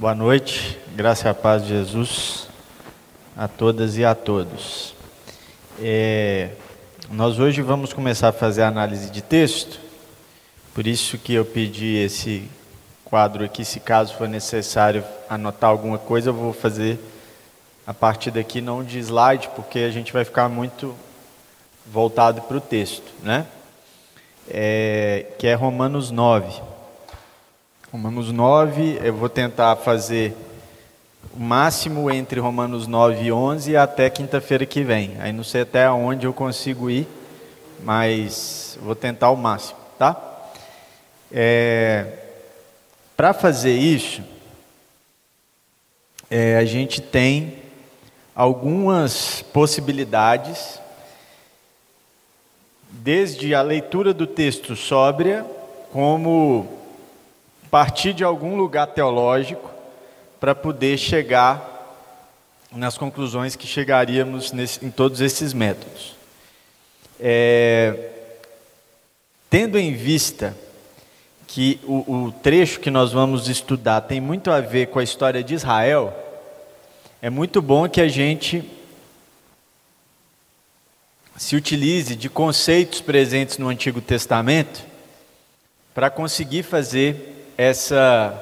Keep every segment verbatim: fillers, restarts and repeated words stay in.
Boa noite, graça e a paz de Jesus a todas e a todos. É, nós hoje vamos começar a fazer a análise de texto, por isso que eu pedi esse quadro aqui, se caso for necessário anotar alguma coisa, eu vou fazer a partir daqui, não de slide, porque a gente vai ficar muito voltado para o texto, né? É, que é Romanos nove. Romanos nove, eu vou tentar fazer o máximo entre Romanos nove e onze até quinta-feira que vem. Aí não sei até onde eu consigo ir, mas vou tentar o máximo, tá? É, para fazer isso, é, a gente tem algumas possibilidades, desde a leitura do texto sóbria, como partir de algum lugar teológico para poder chegar nas conclusões que chegaríamos nesse, em todos esses métodos. É, tendo em vista que o, o trecho que nós vamos estudar tem muito a ver com a história de Israel, é muito bom que a gente se utilize de conceitos presentes no Antigo Testamento para conseguir fazer essa,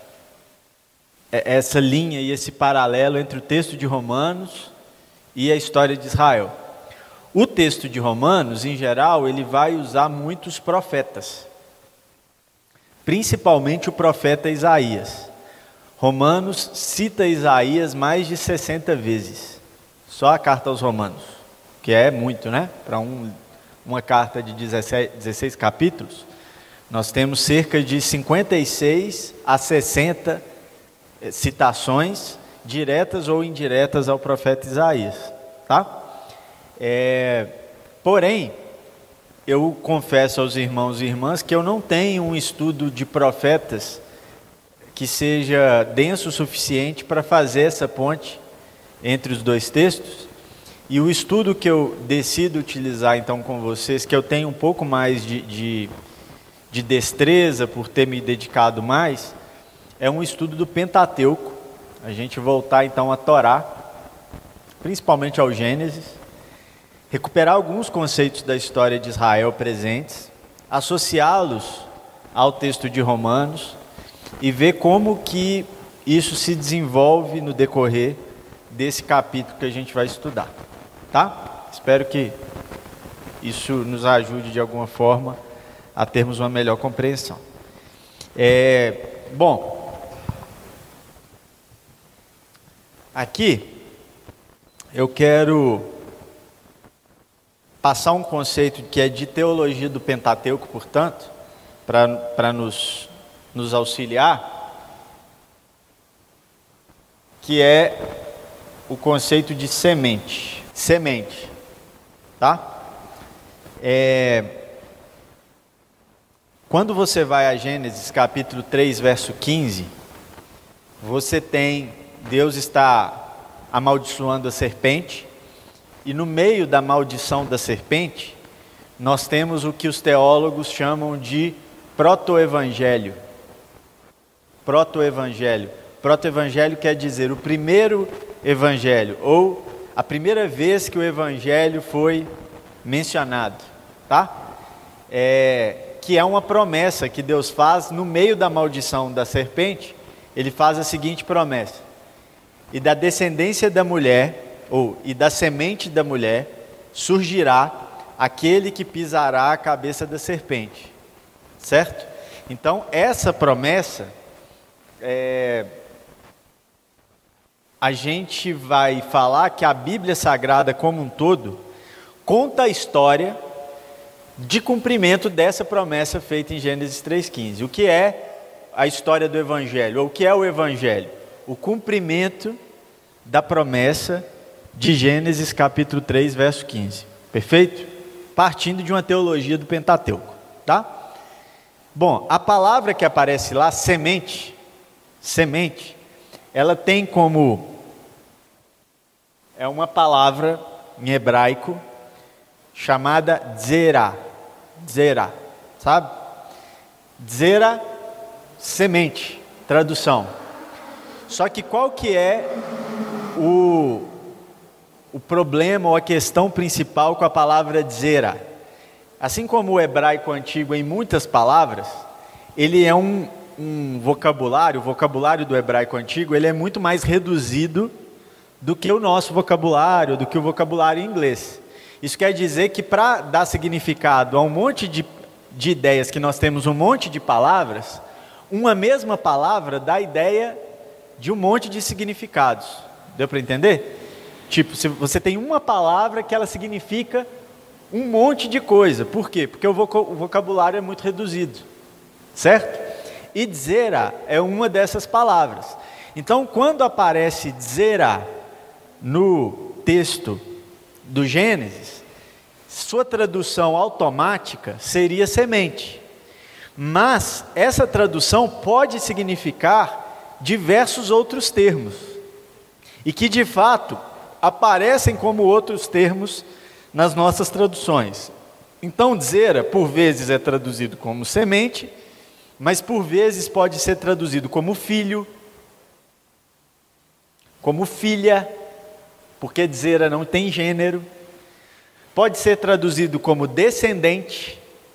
essa linha e esse paralelo entre o texto de Romanos e a história de Israel. O texto de Romanos, em geral, ele vai usar muitos profetas, principalmente o profeta Isaías. Romanos cita Isaías mais de sessenta vezes, só a carta aos Romanos, que é muito, né? Para um, uma carta de dezesseis, dezesseis capítulos, nós temos cerca de cinquenta e seis a sessenta citações, diretas ou indiretas ao profeta Isaías, tá? É, porém, eu confesso aos irmãos e irmãs que eu não tenho um estudo de profetas que seja denso o suficiente para fazer essa ponte entre os dois textos. E o estudo que eu decido utilizar então com vocês, que eu tenho um pouco mais de, de, de destreza por ter me dedicado mais, é um estudo do Pentateuco. A gente voltar então a Torá, principalmente ao Gênesis, recuperar alguns conceitos da história de Israel presentes, associá-los ao texto de Romanos e ver como que isso se desenvolve no decorrer desse capítulo que a gente vai estudar, tá? Espero que isso nos ajude de alguma forma a termos uma melhor compreensão. É, bom, aqui eu quero passar um conceito que é de teologia do Pentateuco, portanto, para nos, nos auxiliar, que é o conceito de semente. Semente, tá? É, quando você vai a Gênesis capítulo três, verso quinze, você tem, Deus está amaldiçoando a serpente, e no meio da maldição da serpente, nós temos o que os teólogos chamam de proto-evangelho. Proto-evangelho. Proto-evangelho quer dizer o primeiro evangelho, ou a primeira vez que o evangelho foi mencionado, tá? É, que é uma promessa que Deus faz no meio da maldição da serpente. Ele faz a seguinte promessa: e da descendência da mulher, ou e da semente da mulher, surgirá aquele que pisará a cabeça da serpente, certo? Então essa promessa, é, a gente vai falar que a Bíblia Sagrada como um todo conta a história de cumprimento dessa promessa feita em Gênesis três quinze. O que é a história do Evangelho? Ou o que é o Evangelho? O cumprimento da promessa de Gênesis capítulo três, verso quinze. Perfeito? Partindo de uma teologia do Pentateuco, tá? Bom, a palavra que aparece lá, semente, semente, ela tem como, é uma palavra em hebraico chamada zera, zera, sabe? Zera, semente, tradução. Só que qual que é o, o problema ou a questão principal com a palavra zera? Assim como o hebraico antigo em muitas palavras, ele é um, um vocabulário, o vocabulário do hebraico antigo, ele é muito mais reduzido do que o nosso vocabulário, do que o vocabulário em inglês. Isso quer dizer que para dar significado a um monte de, de ideias, que nós temos um monte de palavras, uma mesma palavra dá ideia de um monte de significados. Deu para entender? Tipo, se você tem uma palavra que ela significa um monte de coisa. Por quê? Porque o vocabulário é muito reduzido, certo? E zera é uma dessas palavras. Então, quando aparece zera no texto do Gênesis, sua tradução automática seria semente. Mas essa tradução pode significar diversos outros termos, e que de fato aparecem como outros termos nas nossas traduções. Então, zera, por vezes é traduzido como semente, mas por vezes pode ser traduzido como filho, como filha, porque zera não tem gênero. Pode ser traduzido como descendente,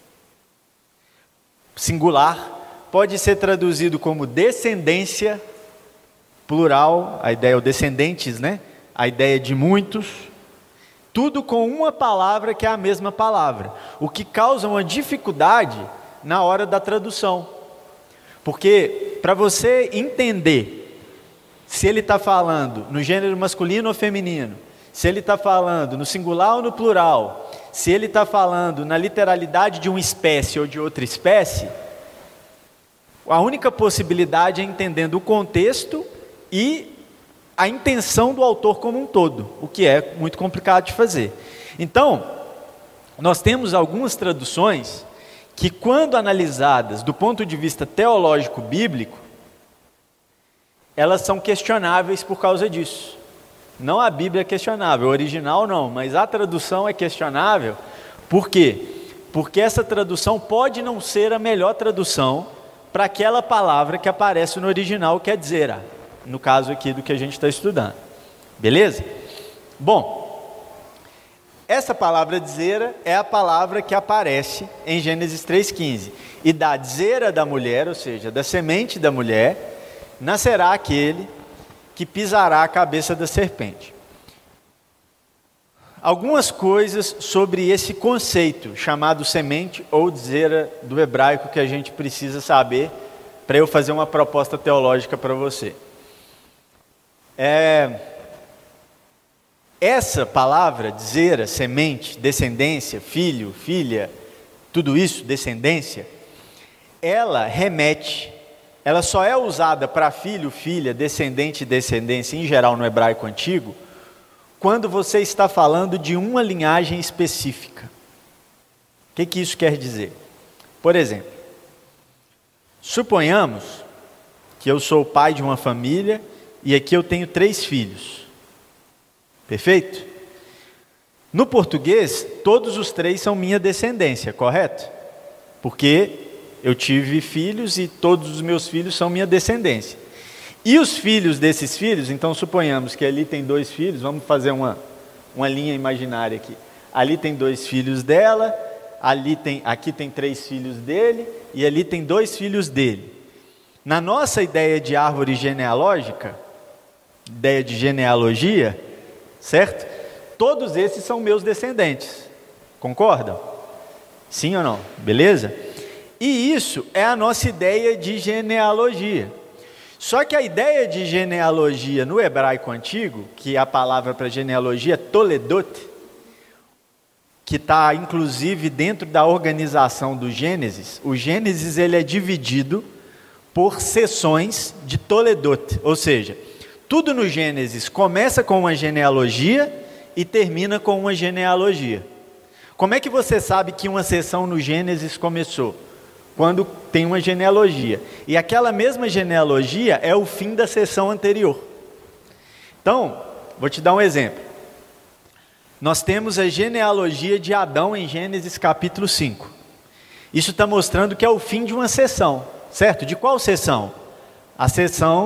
singular. Pode ser traduzido como descendência, plural, a ideia é o descendentes, né? A ideia de muitos. Tudo com uma palavra que é a mesma palavra, o que causa uma dificuldade na hora da tradução. Porque para você entender se ele está falando no gênero masculino ou feminino, se ele está falando no singular ou no plural, se ele está falando na literalidade de uma espécie ou de outra espécie, a única possibilidade é entendendo o contexto e a intenção do autor como um todo, o que é muito complicado de fazer. Então, nós temos algumas traduções que, quando analisadas do ponto de vista teológico bíblico, elas são questionáveis por causa disso. Não a Bíblia é questionável, o original não, mas a tradução é questionável. Por quê? Porque essa tradução pode não ser a melhor tradução para aquela palavra que aparece no original, que é zera, no caso aqui do que a gente está estudando. Beleza? Bom, essa palavra zera é a palavra que aparece em Gênesis três quinze. E da zera da mulher, ou seja, da semente da mulher, nascerá aquele que pisará a cabeça da serpente. Algumas coisas sobre esse conceito chamado semente ou zera do hebraico que a gente precisa saber para eu fazer uma proposta teológica para você. É, essa palavra, zera, semente, descendência, filho, filha, tudo isso, descendência, ela remete, ela só é usada para filho, filha, descendente e descendência, em geral no hebraico antigo, quando você está falando de uma linhagem específica. O que que isso quer dizer? Por exemplo, suponhamos que eu sou o pai de uma família e aqui eu tenho três filhos. Perfeito? No português, todos os três são minha descendência, correto? Porque eu tive filhos e todos os meus filhos são minha descendência. E os filhos desses filhos, então suponhamos que ali tem dois filhos, vamos fazer uma, uma linha imaginária aqui. Ali tem dois filhos dela, ali tem, aqui tem três filhos dele e ali tem dois filhos dele. Na nossa ideia de árvore genealógica, ideia de genealogia, certo? Todos esses são meus descendentes, concordam? Sim ou não? Beleza? E isso é a nossa ideia de genealogia. Só que a ideia de genealogia no hebraico antigo, que a palavra para genealogia é toledot, que está inclusive dentro da organização do Gênesis, o Gênesis ele é dividido por seções de toledot, ou seja, tudo no Gênesis começa com uma genealogia e termina com uma genealogia. Como é que você sabe que uma seção no Gênesis começou? Quando tem uma genealogia. E aquela mesma genealogia é o fim da seção anterior. Então, vou te dar um exemplo. Nós temos a genealogia de Adão em Gênesis capítulo cinco. Isso está mostrando que é o fim de uma seção, certo? De qual seção? A seção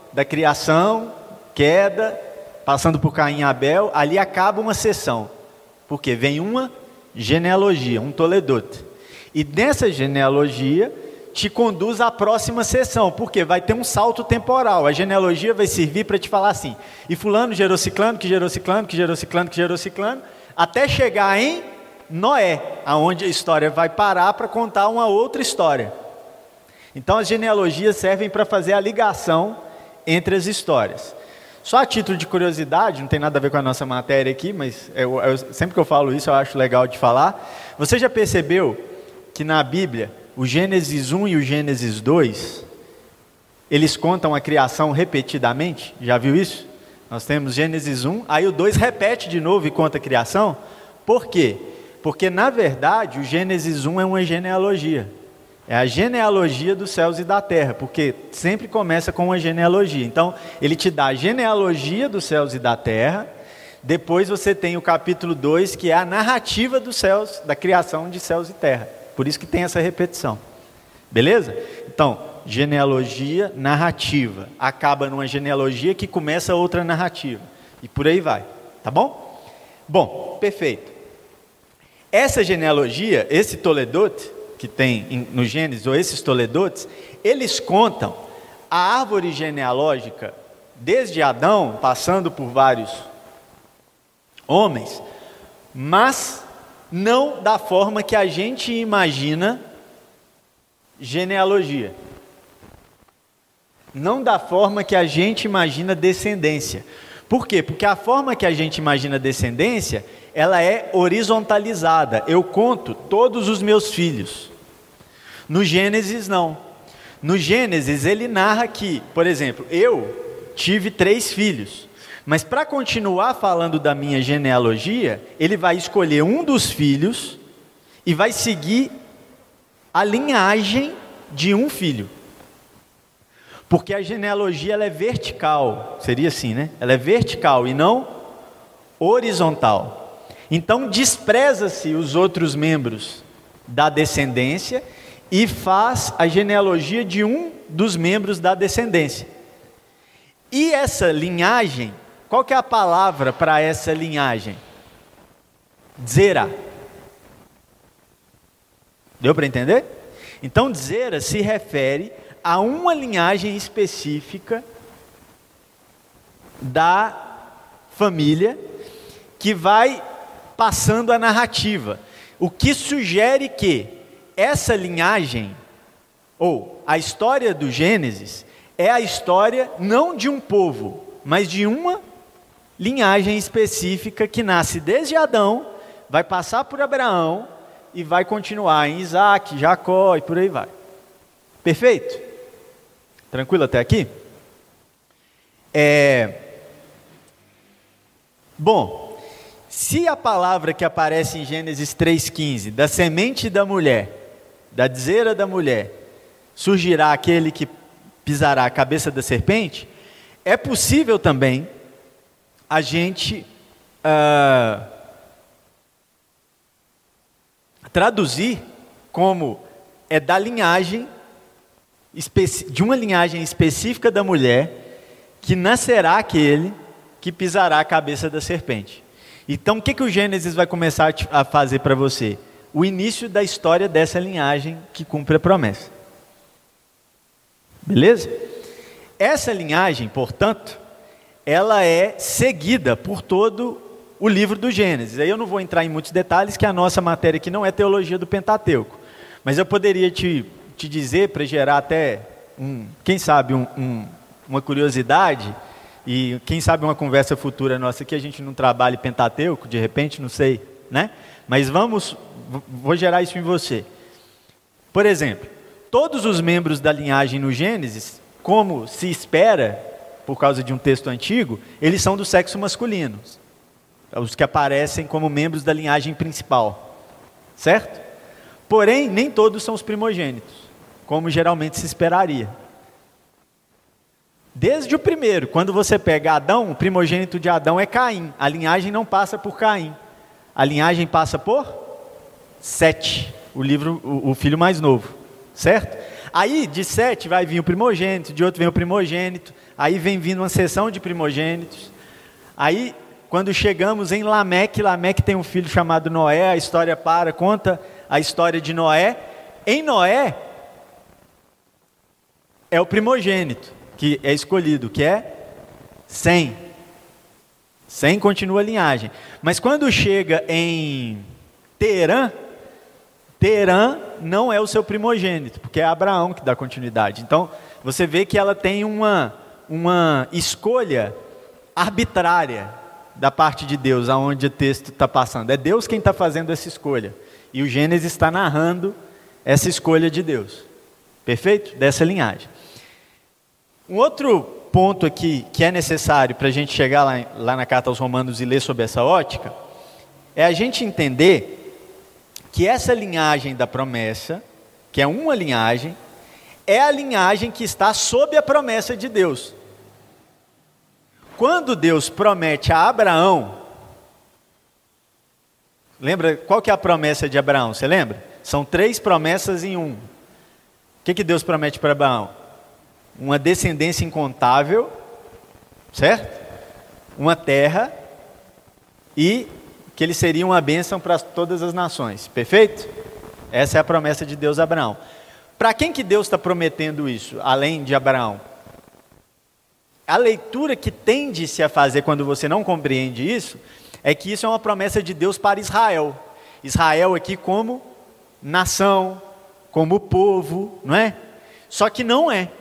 da criação, queda, passando por Caim e Abel, ali acaba uma sessão. Porque vem uma genealogia, um Toledote. E nessa genealogia te conduz à próxima sessão, porque vai ter um salto temporal. A genealogia vai servir para te falar assim, e fulano gerou ciclano, que gerou ciclano, que gerou ciclano, que gerou ciclano, até chegar em Noé, aonde a história vai parar para contar uma outra história. Então as genealogias servem para fazer a ligação entre as histórias. Só a título de curiosidade, não tem nada a ver com a nossa matéria aqui, mas eu, eu, sempre que eu falo isso eu acho legal de falar. Você já percebeu que na Bíblia, o Gênesis um e o Gênesis dois, eles contam a criação repetidamente? Já viu isso? Nós temos Gênesis um, aí o dois repete de novo e conta a criação. Por quê? Porque na verdade o Gênesis um é uma genealogia. É a genealogia dos céus e da terra, porque sempre começa com uma genealogia. Então, ele te dá a genealogia dos céus e da terra, depois você tem o capítulo dois, que é a narrativa dos céus, da criação de céus e terra. Por isso que tem essa repetição. Beleza? Então, genealogia, narrativa. Acaba numa genealogia que começa outra narrativa. E por aí vai. Tá bom? Bom, perfeito. Essa genealogia, esse Toledote, que tem no Gênesis, ou esses Toledotes, eles contam a árvore genealógica desde Adão, passando por vários homens, mas não da forma que a gente imagina genealogia. Não da forma que a gente imagina descendência. Por quê? Porque a forma que a gente imagina descendência, ela é horizontalizada. Eu conto todos os meus filhos. No Gênesis não. No Gênesis ele narra que, por exemplo, eu tive três filhos. Mas para continuar falando da minha genealogia, ele vai escolher um dos filhos e vai seguir a linhagem de um filho. Porque a genealogia ela é vertical, seria assim, né? Ela é vertical e não horizontal. Então despreza-se os outros membros da descendência e faz a genealogia de um dos membros da descendência. E essa linhagem, qual que é a palavra para essa linhagem? Zera. Deu para entender? Então Zera se refere a uma linhagem específica da família que vai passando a narrativa, o que sugere que essa linhagem, ou a história do Gênesis, é a história não de um povo, mas de uma linhagem específica que nasce desde Adão, vai passar por Abraão e vai continuar em Isaac, Jacó e por aí vai. Perfeito? Tranquilo até aqui? É... Bom, se a palavra que aparece em Gênesis três quinze, da semente da mulher, da dizeira da mulher, surgirá aquele que pisará a cabeça da serpente, é possível também a gente uh, traduzir como é da linhagem, de uma linhagem específica da mulher, que nascerá aquele que pisará a cabeça da serpente. Então o que, que o Gênesis vai começar a fazer para você? O início da história dessa linhagem que cumpre a promessa. Beleza? Essa linhagem, portanto, ela é seguida por todo o livro do Gênesis. Aí eu não vou entrar em muitos detalhes, que a nossa matéria aqui não é teologia do Pentateuco. Mas eu poderia te, te dizer, para gerar até, um, quem sabe, um, um, uma curiosidade, e quem sabe uma conversa futura nossa aqui, a gente não trabalhe Pentateuco, de repente, não sei, né? Mas vamos, vou gerar isso em você. Por exemplo, todos os membros da linhagem no Gênesis, como se espera, por causa de um texto antigo, eles são do sexo masculino. Os que aparecem como membros da linhagem principal. Certo? Porém, nem todos são os primogênitos, como geralmente se esperaria. Desde o primeiro, quando você pega Adão, o primogênito de Adão é Caim. A linhagem não passa por Caim. A linhagem passa por Sete, o livro, o, o filho mais novo, certo? Aí de Sete vai vir o primogênito, de outro vem o primogênito, aí vem vindo uma seção de primogênitos. Aí quando chegamos em Lameque, Lameque tem um filho chamado Noé, a história para, conta a história de Noé. Em Noé é o primogênito que é escolhido, que é Sem. Sem continua a linhagem. Mas quando chega em Terã, Terã não é o seu primogênito, porque é Abraão que dá continuidade. Então, você vê que ela tem uma, uma escolha arbitrária da parte de Deus, aonde o texto está passando. É Deus quem está fazendo essa escolha. E o Gênesis está narrando essa escolha de Deus. Perfeito? Dessa linhagem. Um outro ponto aqui que é necessário para a gente chegar lá, lá na carta aos Romanos e ler sobre essa ótica, é a gente entender que essa linhagem da promessa, que é uma linhagem, é a linhagem que está sob a promessa de Deus. Quando Deus promete a Abraão, lembra qual que é a promessa de Abraão? Você lembra? São três promessas em um. O que, que Deus promete para Abraão? Uma descendência incontável, certo? Uma terra e que ele seria uma bênção para todas as nações, perfeito? Essa é a promessa de Deus a Abraão. Para quem que Deus está prometendo isso, além de Abraão? A leitura que tende-se a fazer quando você não compreende isso, é que isso é uma promessa de Deus para Israel. Israel aqui como nação, como povo, não é? Só que não é.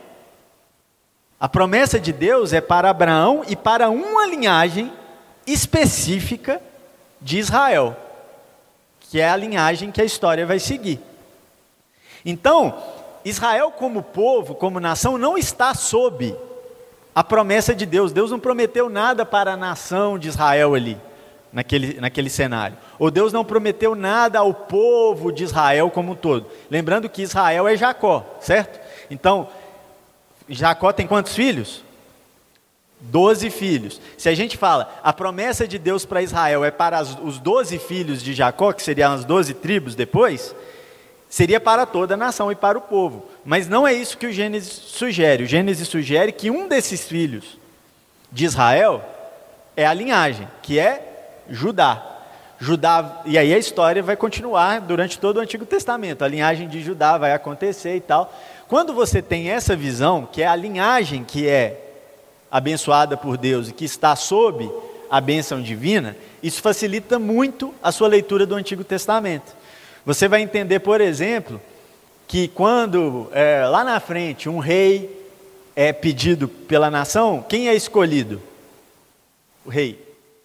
A promessa de Deus é para Abraão e para uma linhagem específica de Israel, que é a linhagem que a história vai seguir. Então, Israel como povo, como nação, não está sob a promessa de Deus. Deus não prometeu nada para a nação de Israel ali, naquele, naquele cenário. Ou Deus não prometeu nada ao povo de Israel como um todo. Lembrando que Israel é Jacó, certo? Então, Jacó tem quantos filhos? Doze filhos. Se a gente fala, a promessa de Deus para Israel é para as, os doze filhos de Jacó, que seriam as doze tribos depois, seria para toda a nação e para o povo. Mas não é isso que o Gênesis sugere. O Gênesis sugere que um desses filhos de Israel é a linhagem, que é Judá. Judá, e aí a história vai continuar durante todo o Antigo Testamento. A linhagem de Judá vai acontecer e tal. Quando você tem essa visão, que é a linhagem que é abençoada por Deus e que está sob a bênção divina, isso facilita muito a sua leitura do Antigo Testamento. Você vai entender, por exemplo, que quando é, lá na frente um rei é pedido pela nação, quem é escolhido? O rei.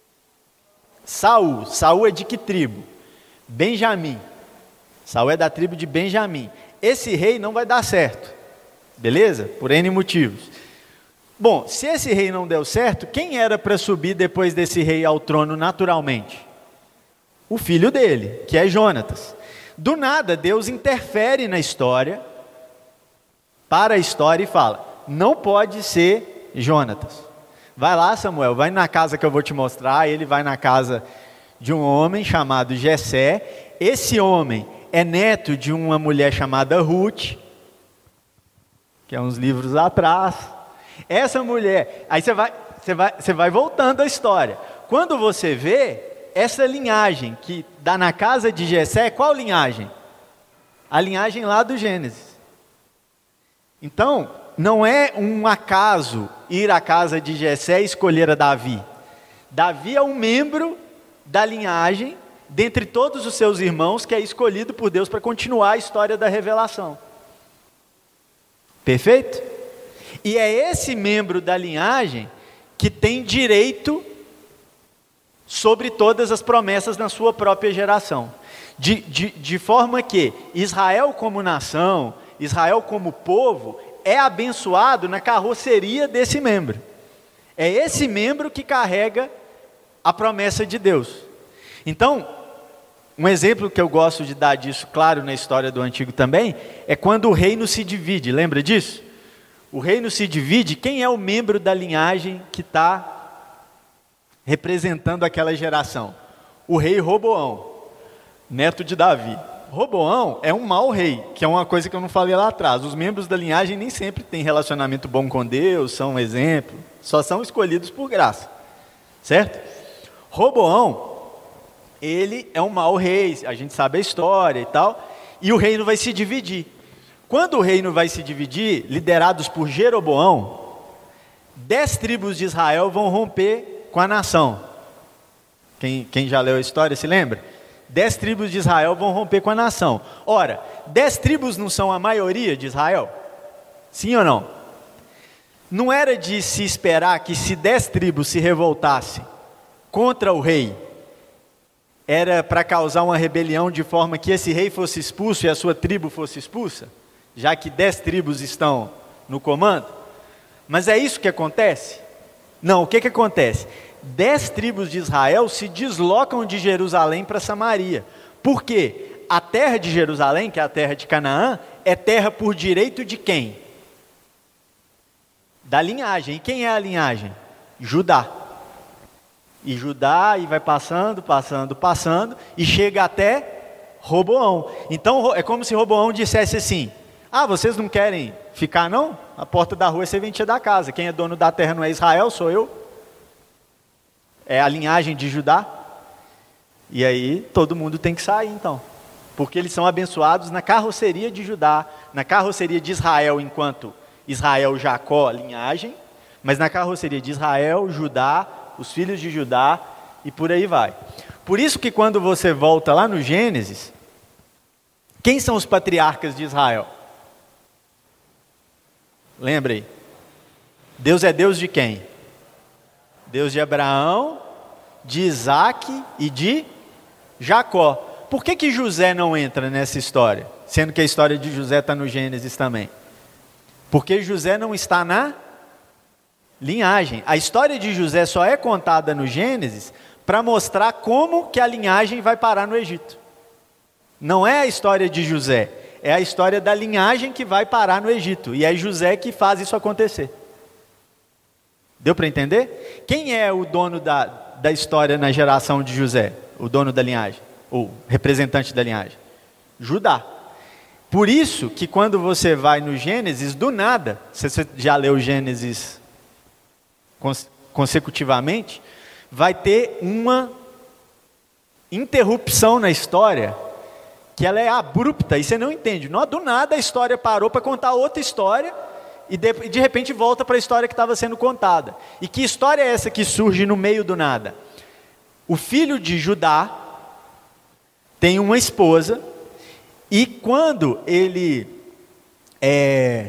Saul. Saul é de que tribo? Benjamim. Saul é da tribo de Benjamim. Esse rei não vai dar certo, beleza? Por N motivos. Bom, se esse rei não deu certo, quem era para subir depois desse rei ao trono naturalmente? O filho dele, que é Jonatas. Do nada, Deus interfere na história, para a história e fala, não pode ser Jonatas. Vai lá, Samuel, vai na casa que eu vou te mostrar. Ele vai na casa de um homem chamado Jessé. Esse homem é neto de uma mulher chamada Ruth, que é uns livros atrás. Essa mulher, aí você vai, você vai, você vai voltando a história. Quando você vê essa linhagem que dá na casa de Jessé, qual linhagem? A linhagem lá do Gênesis. Então, não é um acaso ir à casa de Jessé e escolher a Davi. Davi é um membro da linhagem, dentre todos os seus irmãos, que é escolhido por Deus para continuar a história da revelação. Perfeito? E é esse membro da linhagem que tem direito sobre todas as promessas na sua própria geração. De, de, de forma que Israel como nação, Israel como povo, é abençoado na carroceria desse membro. É esse membro que carrega a promessa de Deus. Então, um exemplo que eu gosto de dar disso, claro, na história do Antigo também, é quando o reino se divide, lembra disso? O reino se divide, quem é o membro da linhagem que está representando aquela geração? O rei Roboão, neto de Davi. Roboão é um mau rei, que é uma coisa que eu não falei lá atrás. Os membros da linhagem nem sempre têm relacionamento bom com Deus, são um exemplo, só são escolhidos por graça, certo? Roboão, ele é um mau rei, a gente sabe a história e tal, e o reino vai se dividir. Quando o reino vai se dividir, liderados por Jeroboão, dez tribos de Israel vão romper com a nação. Quem, quem já leu a história se lembra? Dez tribos de Israel vão romper com a nação. Ora, dez tribos não são a maioria de Israel? Sim ou não? Não era de se esperar que se dez tribos se revoltassem contra o rei, era para causar uma rebelião de forma que esse rei fosse expulso e a sua tribo fosse expulsa? Já que dez tribos estão no comando? Mas é isso que acontece? Não, o que que acontece? Dez tribos de Israel se deslocam de Jerusalém para Samaria. Por quê? A terra de Jerusalém, que é a terra de Canaã, é terra por direito de quem? Da linhagem. E quem é a linhagem? Judá. E Judá, e vai passando, passando, passando, e chega até Roboão. Então é como se Roboão dissesse assim: ah, vocês não querem ficar não? A porta da rua é serventia da casa. Quem é dono da terra não é Israel, sou eu. É a linhagem de Judá. E aí todo mundo tem que sair então. Porque eles são abençoados na carroceria de Judá, na carroceria de Israel, enquanto Israel, Jacó, linhagem, mas na carroceria de Israel, Judá, os filhos de Judá, e por aí vai. Por isso que quando você volta lá no Gênesis, quem são os patriarcas de Israel? Lembra aí? Deus é Deus de quem? Deus de Abraão, de Isaac e de Jacó. Por que que José não entra nessa história? Sendo que a história de José está no Gênesis também. Porque José não está na linhagem. A história de José só é contada no Gênesis para mostrar como que a linhagem vai parar no Egito. Não é a história de José, é a história da linhagem que vai parar no Egito. E é José que faz isso acontecer. Deu para entender? Quem é o dono da, da história na geração de José? O dono da linhagem, ou representante da linhagem? Judá. Por isso que quando você vai no Gênesis, do nada, se você já leu Gênesis consecutivamente, vai ter uma interrupção na história, que ela é abrupta, e você não entende. Não, do nada a história parou para contar outra história, e de, de repente volta para a história que estava sendo contada. E que história é essa que surge no meio do nada? O filho de Judá tem uma esposa, e quando ele é,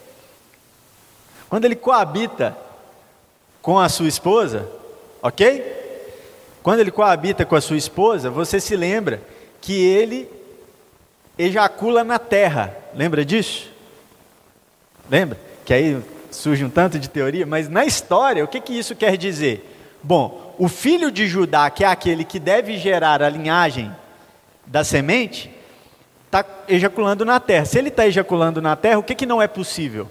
quando ele coabita com a sua esposa, ok? Quando ele coabita com a sua esposa, você se lembra que ele ejacula na terra. Lembra disso? Lembra? Que aí surge um tanto de teoria, mas na história, o que que isso quer dizer? Bom, o filho de Judá, que é aquele que deve gerar a linhagem da semente, está ejaculando na terra. Se ele está ejaculando na terra, o que que não é possível?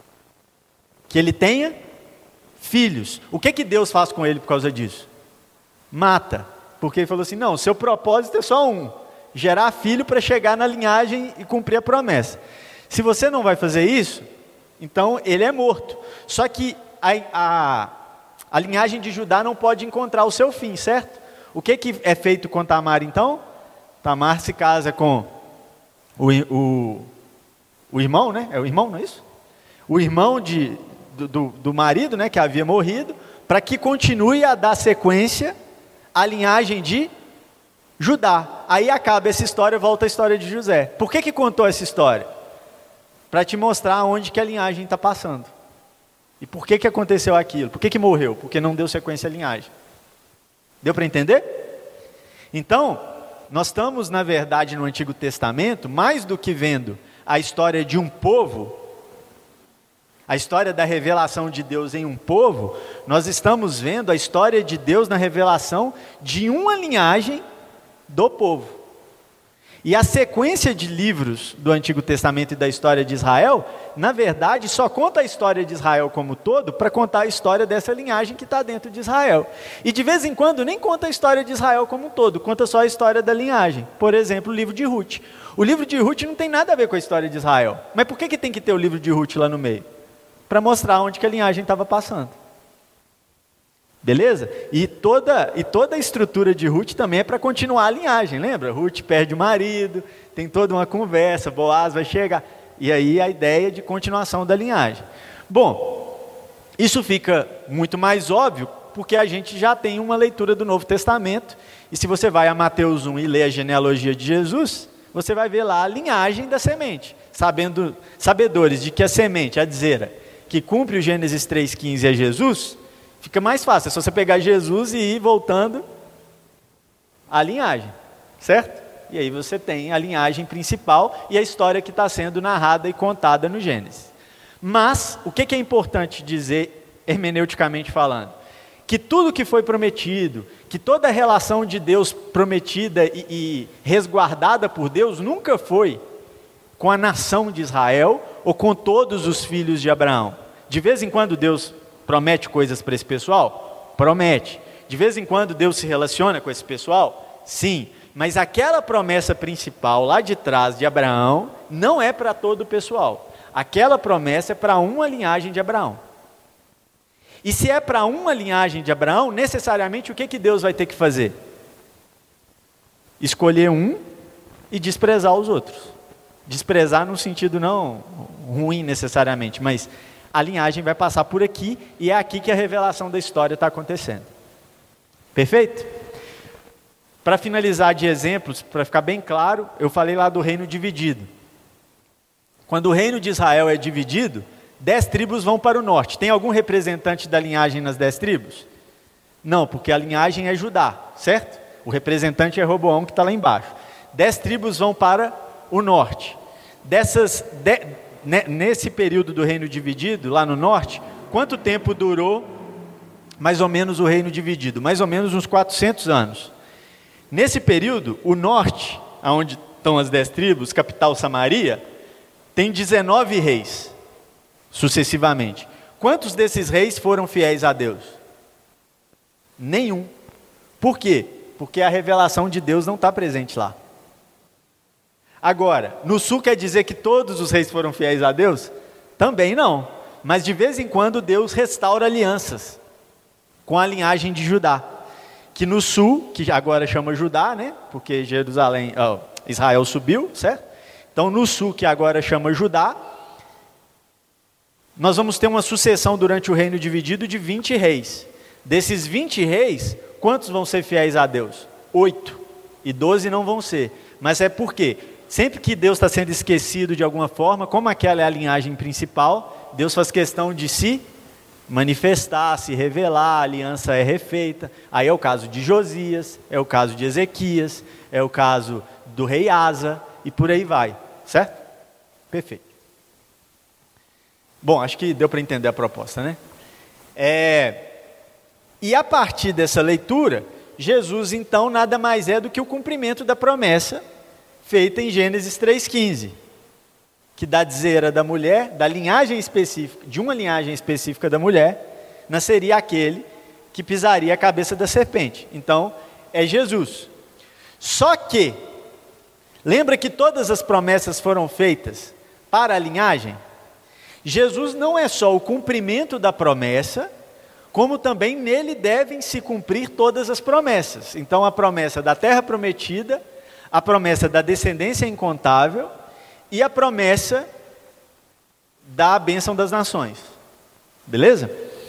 Que ele tenha filhos. O que que Deus faz com ele por causa disso? Mata. Porque ele falou assim, não, seu propósito é só um, gerar filho para chegar na linhagem e cumprir a promessa. Se você não vai fazer isso, então ele é morto. Só que a, a, a linhagem de Judá não pode encontrar o seu fim, certo? O que que é feito com Tamar então? Tamar se casa com o, o, o irmão, né? É o irmão, não é isso? O irmão de, do, do, do marido, né, que havia morrido, para que continue a dar sequência à linhagem de Judá. Aí acaba essa história, volta a história de José. Por que que contou essa história? Para te mostrar onde que a linhagem está passando. E por que que aconteceu aquilo? Por que que morreu? Porque não deu sequência à linhagem. Deu para entender? Então, nós estamos, na verdade, no Antigo Testamento, mais do que vendo a história de um povo, a história da revelação de Deus em um povo, nós estamos vendo a história de Deus na revelação de uma linhagem do povo. E a sequência de livros do Antigo Testamento e da história de Israel, na verdade, só conta a história de Israel como todo para contar a história dessa linhagem que está dentro de Israel. E de vez em quando nem conta a história de Israel como um todo, conta só a história da linhagem. Por exemplo, o livro de Ruth. O livro de Ruth não tem nada a ver com a história de Israel. Mas por que, que tem que ter o livro de Ruth lá no meio? Para mostrar onde que a linhagem estava passando. Beleza? E toda, e toda a estrutura de Ruth também é para continuar a linhagem, lembra? Ruth perde o marido, tem toda uma conversa, Boaz vai chegar. E aí a ideia de continuação da linhagem. Bom, isso fica muito mais óbvio porque a gente já tem uma leitura do Novo Testamento. E se você vai a Mateus um e lê a genealogia de Jesus, você vai ver lá a linhagem da semente. Sabendo, sabedores de que a semente, a dizeira, que cumpre o Gênesis três, quinze é Jesus, fica mais fácil, é só você pegar Jesus e ir voltando a linhagem, certo? E aí você tem a linhagem principal e a história que está sendo narrada e contada no Gênesis. Mas, o que é importante dizer, hermeneuticamente falando? Que tudo que foi prometido, que toda a relação de Deus prometida e, e resguardada por Deus, nunca foi com a nação de Israel ou com todos os filhos de Abraão. De vez em quando Deus promete coisas para esse pessoal? Promete. De vez em quando Deus se relaciona com esse pessoal? Sim. Mas aquela promessa principal lá de trás de Abraão não é para todo o pessoal. Aquela promessa é para uma linhagem de Abraão. E se é para uma linhagem de Abraão, necessariamente o que, que Deus vai ter que fazer? Escolher um e desprezar os outros. Desprezar no sentido não ruim necessariamente, mas a linhagem vai passar por aqui e é aqui que a revelação da história está acontecendo. Perfeito? Para finalizar de exemplos, para ficar bem claro, eu falei lá do reino dividido. Quando o reino de Israel é dividido, dez tribos vão para o norte. Tem algum representante da linhagem nas dez tribos? Não, porque a linhagem é Judá, certo? O representante é Roboão, que está lá embaixo. Dez tribos vão para o norte. Dessas... De... Nesse período do reino dividido, lá no norte, quanto tempo durou mais ou menos o reino dividido? Mais ou menos uns quatrocentos anos. Nesse período, o norte, onde estão as dez tribos, capital Samaria, tem dezenove reis, sucessivamente. Quantos desses reis foram fiéis a Deus? Nenhum. Por quê? Porque a revelação de Deus não está presente lá. Agora, no sul quer dizer que todos os reis foram fiéis a Deus? Também não, mas de vez em quando Deus restaura alianças com a linhagem de Judá, que no sul, que agora chama Judá, né? Porque Jerusalém, oh, Israel subiu, certo? Então no sul, que agora chama Judá, nós vamos ter uma sucessão durante o reino dividido de vinte reis. Desses vinte reis, quantos vão ser fiéis a Deus? Oito, e doze não vão ser. Mas é por quê? Sempre que Deus está sendo esquecido de alguma forma, como aquela é a linhagem principal, Deus faz questão de se manifestar, se revelar, a aliança é refeita. Aí é o caso de Josias, é o caso de Ezequias, é o caso do rei Asa, e por aí vai, certo? Perfeito. Bom, acho que deu para entender a proposta, né? É, e a partir dessa leitura, Jesus então nada mais é do que o cumprimento da promessa feita em Gênesis três, quinze, que da dizeira da mulher, da linhagem específica, de uma linhagem específica da mulher, nasceria aquele que pisaria a cabeça da serpente. Então, é Jesus. Só que, lembra que todas as promessas foram feitas para a linhagem? Jesus não é só o cumprimento da promessa, como também nele devem se cumprir todas as promessas. Então, a promessa da terra prometida, a promessa da descendência incontável e a promessa da bênção das nações. Beleza?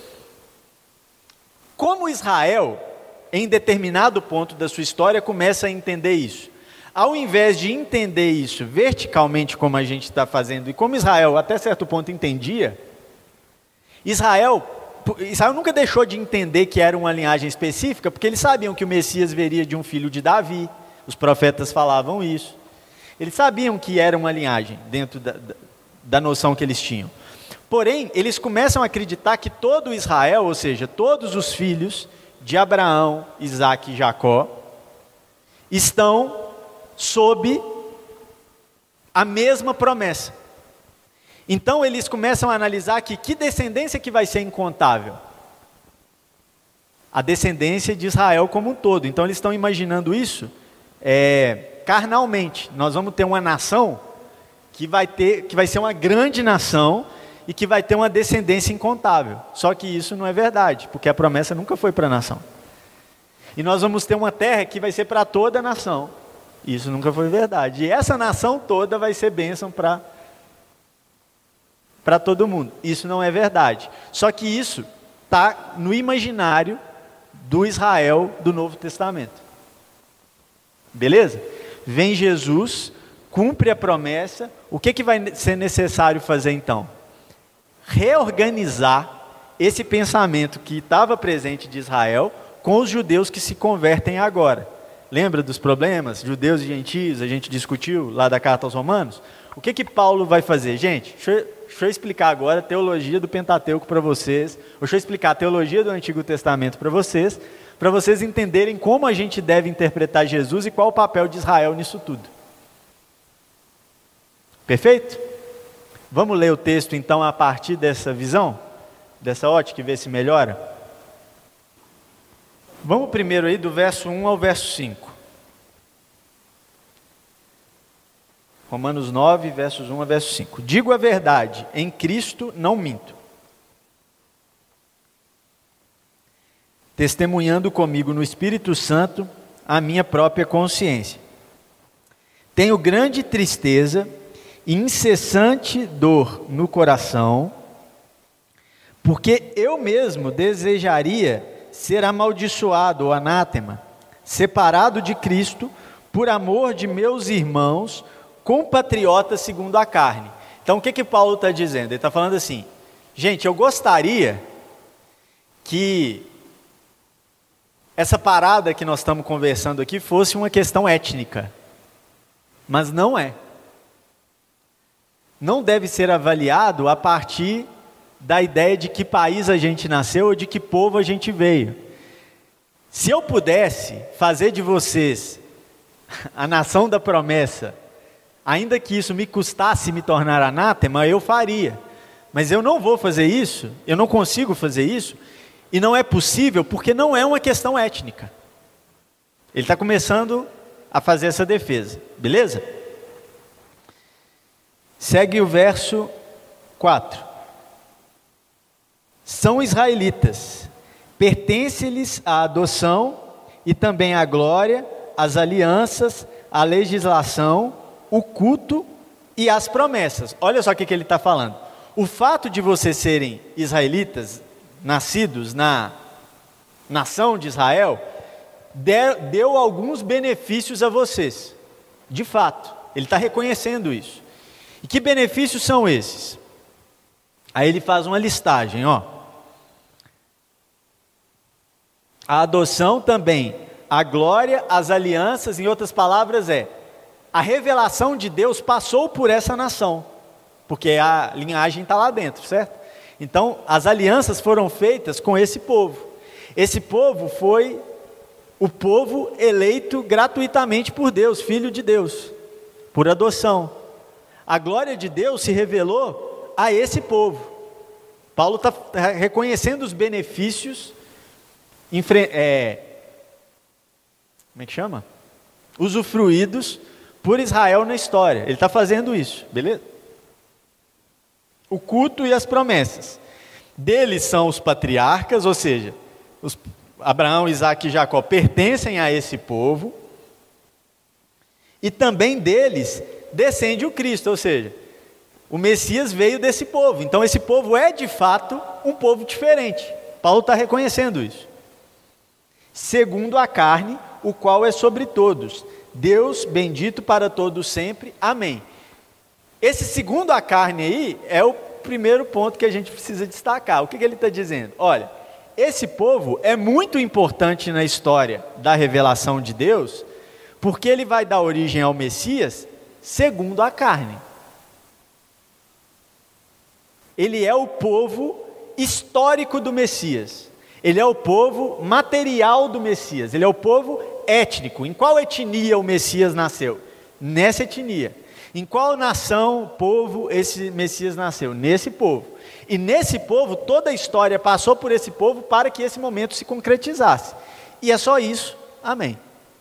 Como Israel, em determinado ponto da sua história, começa a entender isso? Ao invés de entender isso verticalmente, como a gente está fazendo, e como Israel até certo ponto entendia, Israel, Israel nunca deixou de entender que era uma linhagem específica, porque eles sabiam que o Messias viria de um filho de Davi. Os profetas falavam isso. Eles sabiam que era uma linhagem dentro da, da, da noção que eles tinham. Porém, eles começam a acreditar que todo Israel, ou seja, todos os filhos de Abraão, Isaque e Jacó, estão sob a mesma promessa. Então eles começam a analisar que que descendência que vai ser incontável? A descendência de Israel como um todo. Então eles estão imaginando isso é, carnalmente. Nós vamos ter uma nação que vai ter, que vai ser uma grande nação e que vai ter uma descendência incontável. Só que isso não é verdade, porque a promessa nunca foi para a nação. E nós vamos ter uma terra que vai ser para toda a nação. Isso nunca foi verdade. E essa nação toda vai ser bênção para para todo mundo. Isso não é verdade. Só que isso está no imaginário do Israel do Novo Testamento. Beleza? Vem Jesus, cumpre a promessa. O que, que vai ser necessário fazer então? Reorganizar esse pensamento que estava presente de Israel com os judeus que se convertem agora. Lembra dos problemas? Judeus e gentios, a gente discutiu lá da carta aos Romanos. O que que Paulo vai fazer? Gente, deixa eu, deixa eu explicar agora a teologia do Pentateuco para vocês. Deixa eu explicar a teologia do Antigo Testamento para vocês, para vocês entenderem como a gente deve interpretar Jesus e qual o papel de Israel nisso tudo. Perfeito? Vamos ler o texto então a partir dessa visão, dessa ótica, e ver se melhora? Vamos primeiro aí do verso um ao verso cinco. Romanos nove, versos um a verso cinco. Digo a verdade, em Cristo não minto. Testemunhando comigo no Espírito Santo a minha própria consciência. Tenho grande tristeza e incessante dor no coração, porque eu mesmo desejaria ser amaldiçoado ou anátema, separado de Cristo, por amor de meus irmãos, compatriotas segundo a carne. Então o que que Paulo está dizendo? Ele está falando assim, gente, eu gostaria que essa parada que nós estamos conversando aqui fosse uma questão étnica, mas não é. Não deve ser avaliado a partir da ideia de que país a gente nasceu ou de que povo a gente veio. Se eu pudesse fazer de vocês a nação da promessa, ainda que isso me custasse me tornar anátema, eu faria. Mas eu não vou fazer isso, eu não consigo fazer isso, e não é possível porque não é uma questão étnica. Ele está começando a fazer essa defesa, beleza? Segue o verso quatro. São israelitas, pertence-lhes a adoção e também a glória, as alianças, a legislação, o culto e as promessas. Olha só o que, que ele está falando. O fato de vocês serem israelitas, nascidos na nação de Israel, deu, deu alguns benefícios a vocês. De fato, ele está reconhecendo isso. E que benefícios são esses? Aí ele faz uma listagem, ó. A adoção também, a glória, as alianças, em outras palavras é, a revelação de Deus passou por essa nação, porque a linhagem está lá dentro, certo? Então, as alianças foram feitas com esse povo. Esse povo foi o povo eleito gratuitamente por Deus, filho de Deus, por adoção. A glória de Deus se revelou a esse povo. Paulo está reconhecendo os benefícios, é, como é que chama? Usufruídos por Israel na história. Ele está fazendo isso, beleza? O culto e as promessas. Deles são os patriarcas, ou seja, os Abraão, Isaac e Jacó pertencem a esse povo. E também deles descende o Cristo, ou seja, o Messias veio desse povo. Então esse povo é de fato um povo diferente. Paulo está reconhecendo isso. Segundo a carne, o qual é sobre todos. Deus bendito para todos sempre. Amém. Esse segundo a carne aí é o primeiro ponto que a gente precisa destacar. O que, que ele está dizendo? Olha, esse povo é muito importante na história da revelação de Deus, porque ele vai dar origem ao Messias segundo a carne. Ele é o povo histórico do Messias. Ele é o povo material do Messias. Ele é o povo étnico. Em qual etnia o Messias nasceu? Nessa etnia. Em qual nação, povo, esse Messias nasceu? Nesse povo. E nesse povo, toda a história passou por esse povo para que esse momento se concretizasse. E é só isso, amém.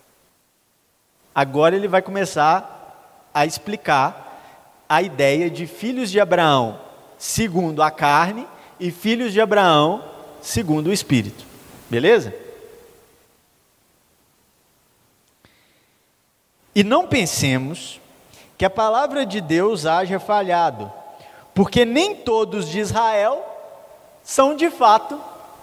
Agora ele vai começar a explicar a ideia de filhos de Abraão segundo a carne e filhos de Abraão segundo o Espírito. Beleza? E não pensemos que a palavra de Deus haja falhado, porque nem todos de Israel são de fato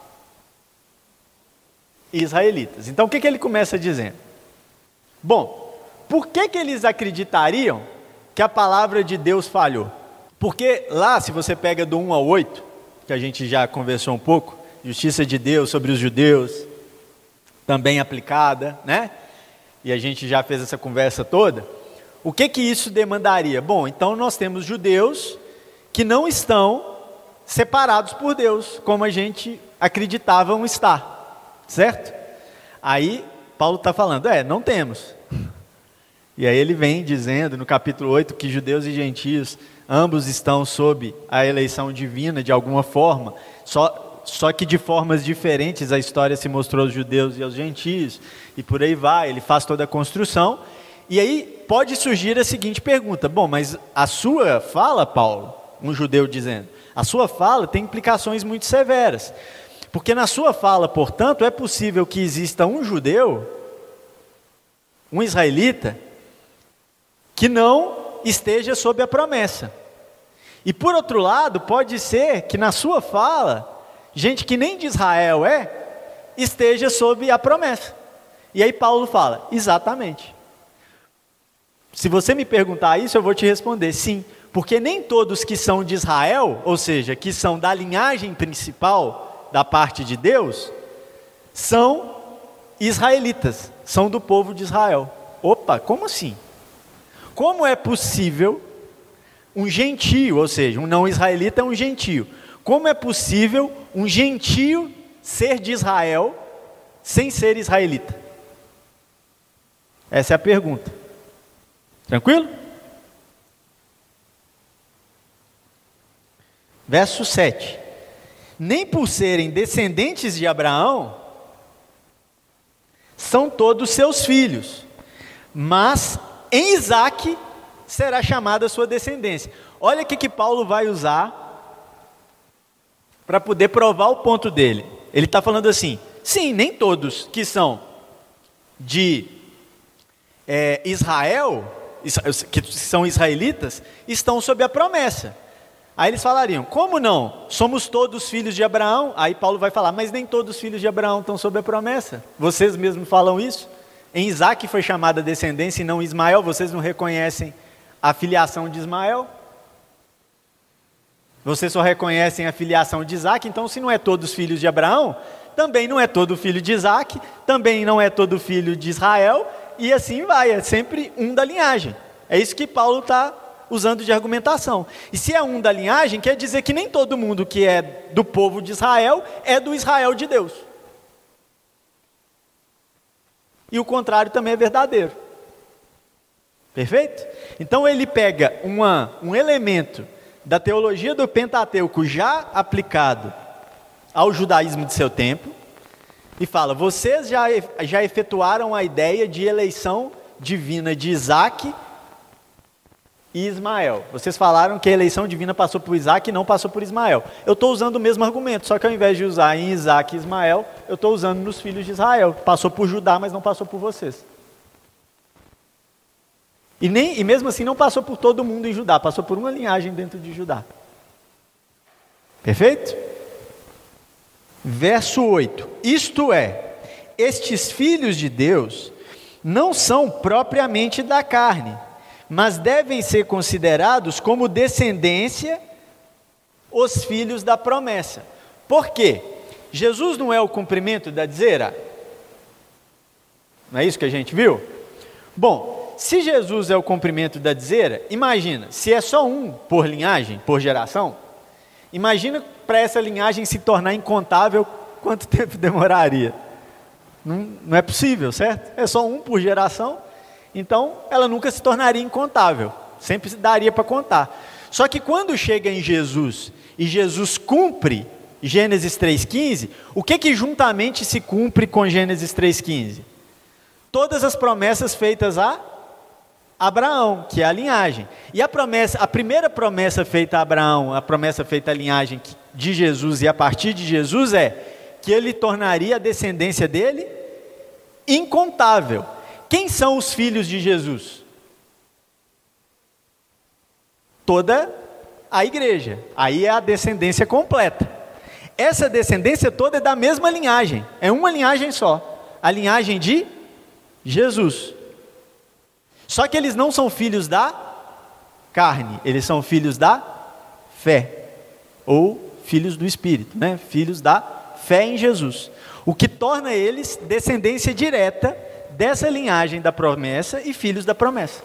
israelitas. Então o que, que ele começa dizendo? Bom, por que, que eles acreditariam que a palavra de Deus falhou? Porque lá, se você pega do um ao oito, que a gente já conversou um pouco, justiça de Deus sobre os judeus, também aplicada, né? E a gente já fez essa conversa toda. O que que isso demandaria? Bom, então nós temos judeus que não estão separados por Deus, como a gente acreditavam estar, certo? Aí Paulo está falando, é, não temos. E aí ele vem dizendo no capítulo oito que judeus e gentios, ambos estão sob a eleição divina de alguma forma, só, só que de formas diferentes a história se mostrou aos judeus e aos gentios, e por aí vai, ele faz toda a construção. E aí pode surgir a seguinte pergunta, bom, mas a sua fala, Paulo, um judeu dizendo, a sua fala tem implicações muito severas, porque na sua fala, portanto, é possível que exista um judeu, um israelita, que não esteja sob a promessa. E por outro lado, pode ser que na sua fala, gente que nem de Israel é, esteja sob a promessa. E aí Paulo fala, exatamente. Se você me perguntar isso, eu vou te responder sim, porque nem todos que são de Israel, ou seja, que são da linhagem principal da parte de Deus, são israelitas, são do povo de Israel. Opa, como assim? Como é possível um gentio, ou seja, um não israelita é um gentio, como é possível um gentio ser de Israel sem ser israelita? Essa é a pergunta. Tranquilo? Verso sete. Nem por serem descendentes de Abraão, são todos seus filhos, mas em Isaque será chamada a sua descendência. Olha o que que Paulo vai usar para poder provar o ponto dele. Ele está falando assim, sim, nem todos que são de é, Israel, que são israelitas, estão sob a promessa. Aí eles falariam, como não? Somos todos filhos de Abraão? Aí Paulo vai falar, mas nem todos os filhos de Abraão estão sob a promessa. Vocês mesmos falam isso? Em Isaque foi chamada a descendência e não Ismael, vocês não reconhecem a filiação de Ismael? Vocês só reconhecem a filiação de Isaque, então se não é todos filhos de Abraão, também não é todo filho de Isaque, também não é todo filho de Israel, e assim vai, é sempre um da linhagem. É isso que Paulo está usando de argumentação. E se é um da linhagem, quer dizer que nem todo mundo que é do povo de Israel é do Israel de Deus. E o contrário também é verdadeiro. Perfeito? Então ele pega uma, um elemento da teologia do Pentateuco já aplicado ao judaísmo de seu tempo e fala, vocês já, já efetuaram a ideia de eleição divina de Isaque e Ismael. Vocês falaram que a eleição divina passou por Isaque e não passou por Ismael. Eu estou usando o mesmo argumento, só que ao invés de usar em Isaque e Ismael, eu estou usando nos filhos de Israel. Passou por Judá, mas não passou por vocês. E, nem, e mesmo assim não passou por todo mundo em Judá, passou por uma linhagem dentro de Judá. Perfeito? Verso oito. Isto é, estes filhos de Deus não são propriamente da carne, mas devem ser considerados como descendência os filhos da promessa. Por quê? Jesus não é o cumprimento da dizera? Não é isso que a gente viu? Bom, se Jesus é o cumprimento da dizera, imagina, se é só um por linhagem, por geração, imagina para essa linhagem se tornar incontável, quanto tempo demoraria? Não, não é possível, certo? É só um por geração, então ela nunca se tornaria incontável, sempre daria para contar. Só que quando chega em Jesus, e Jesus cumpre Gênesis três quinze, o que que juntamente se cumpre com Gênesis três quinze? Todas as promessas feitas a Abraão, que é a linhagem. E a promessa, a primeira promessa feita a Abraão, a promessa feita à linhagem de Jesus e a partir de Jesus é que ele tornaria a descendência dele incontável. Quem são os filhos de Jesus? Toda a igreja. Aí é a descendência completa. Essa descendência toda é da mesma linhagem. É uma linhagem só. A linhagem de Jesus. Só que eles não são filhos da carne. Eles são filhos da fé. Ou filhos do Espírito, né? Filhos da fé em Jesus. O que torna eles descendência direta dessa linhagem da promessa e filhos da promessa.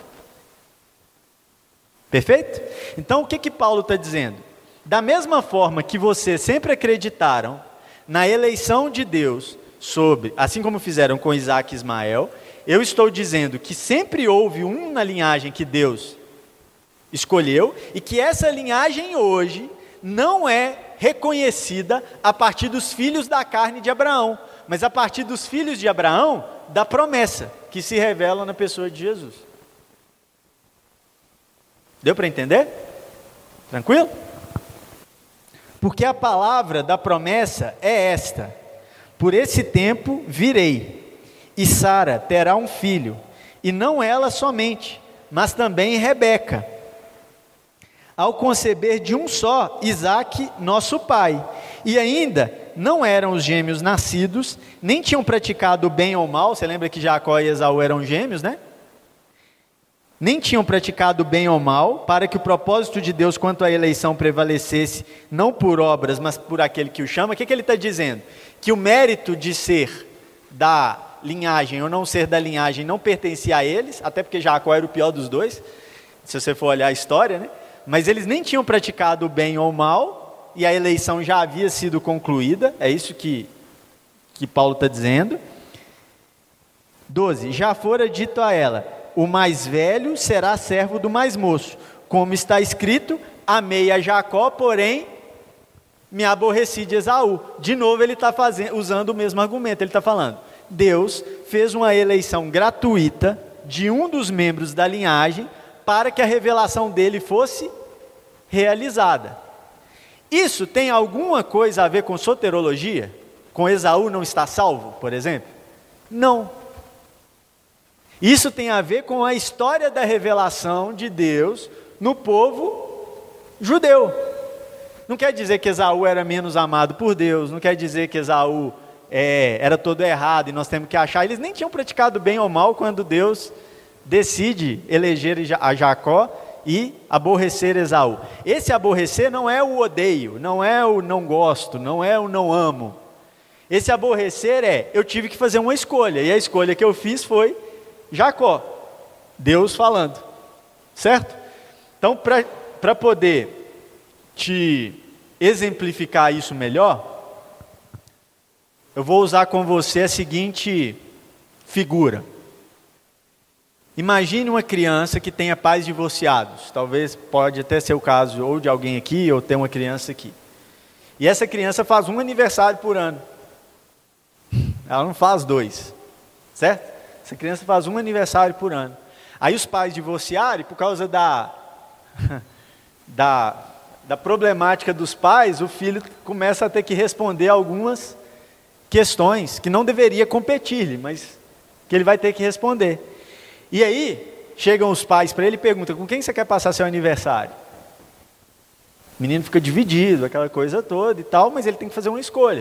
Perfeito? Então o que que Paulo está dizendo? Da mesma forma que vocês sempre acreditaram na eleição de Deus sobre, assim como fizeram com Isaac e Ismael, eu estou dizendo que sempre houve uma linhagem que Deus escolheu e que essa linhagem hoje não é reconhecida a partir dos filhos da carne de Abraão, mas a partir dos filhos de Abraão da promessa que se revela na pessoa de Jesus. Deu para entender? Tranquilo? Porque a palavra da promessa é esta: por esse tempo virei, e Sara terá um filho, e não ela somente, mas também Rebeca, ao conceber de um só Isaque, nosso pai. E ainda não eram os gêmeos nascidos, nem tinham praticado bem ou mal. Você lembra que Jacó e Esaú eram gêmeos, né? Nem tinham praticado bem ou mal, para que o propósito de Deus quanto à eleição prevalecesse, não por obras, mas por aquele que o chama. O que, que ele está dizendo? Que o mérito de ser da linhagem ou não ser da linhagem não pertencia a eles, até porque Jacó era o pior dos dois, se você for olhar a história, né? Mas eles nem tinham praticado bem ou mal, e a eleição já havia sido concluída, é isso que, que Paulo está dizendo. doze. Já fora dito a ela: o mais velho será servo do mais moço, como está escrito: amei a Jacó, porém me aborreci de Esaú. De novo ele está usando o mesmo argumento. Ele está falando: Deus fez uma eleição gratuita de um dos membros da linhagem para que a revelação dele fosse realizada. Isso tem alguma coisa a ver com soterologia? Com Esaú não estar salvo, por exemplo? Não. Isso tem a ver com a história da revelação de Deus no povo judeu. Não quer dizer que Esaú era menos amado por Deus, não quer dizer que Esaú é, era todo errado e nós temos que achar. Eles nem tinham praticado bem ou mal quando Deus decide eleger a Jacó e aborrecer Esaú. Esse aborrecer não é o odeio, não é o não gosto, não é o não amo. Esse aborrecer é: eu tive que fazer uma escolha, e a escolha que eu fiz foi Jacó, Deus falando, certo? Então, para poder te exemplificar isso melhor, eu vou usar com você a seguinte figura. Imagine uma criança que tenha pais divorciados, talvez pode até ser o caso ou de alguém aqui, ou ter uma criança aqui. E essa criança faz um aniversário por ano, ela não faz dois, certo? Essa criança faz um aniversário por ano. Aí os pais divorciaram, e por causa da, da, da problemática dos pais, o filho começa a ter que responder algumas questões que não deveria competir-lhe, mas que ele vai ter que responder. E aí, chegam os pais para ele e perguntam: com quem você quer passar seu aniversário? O menino fica dividido, aquela coisa toda e tal, mas ele tem que fazer uma escolha.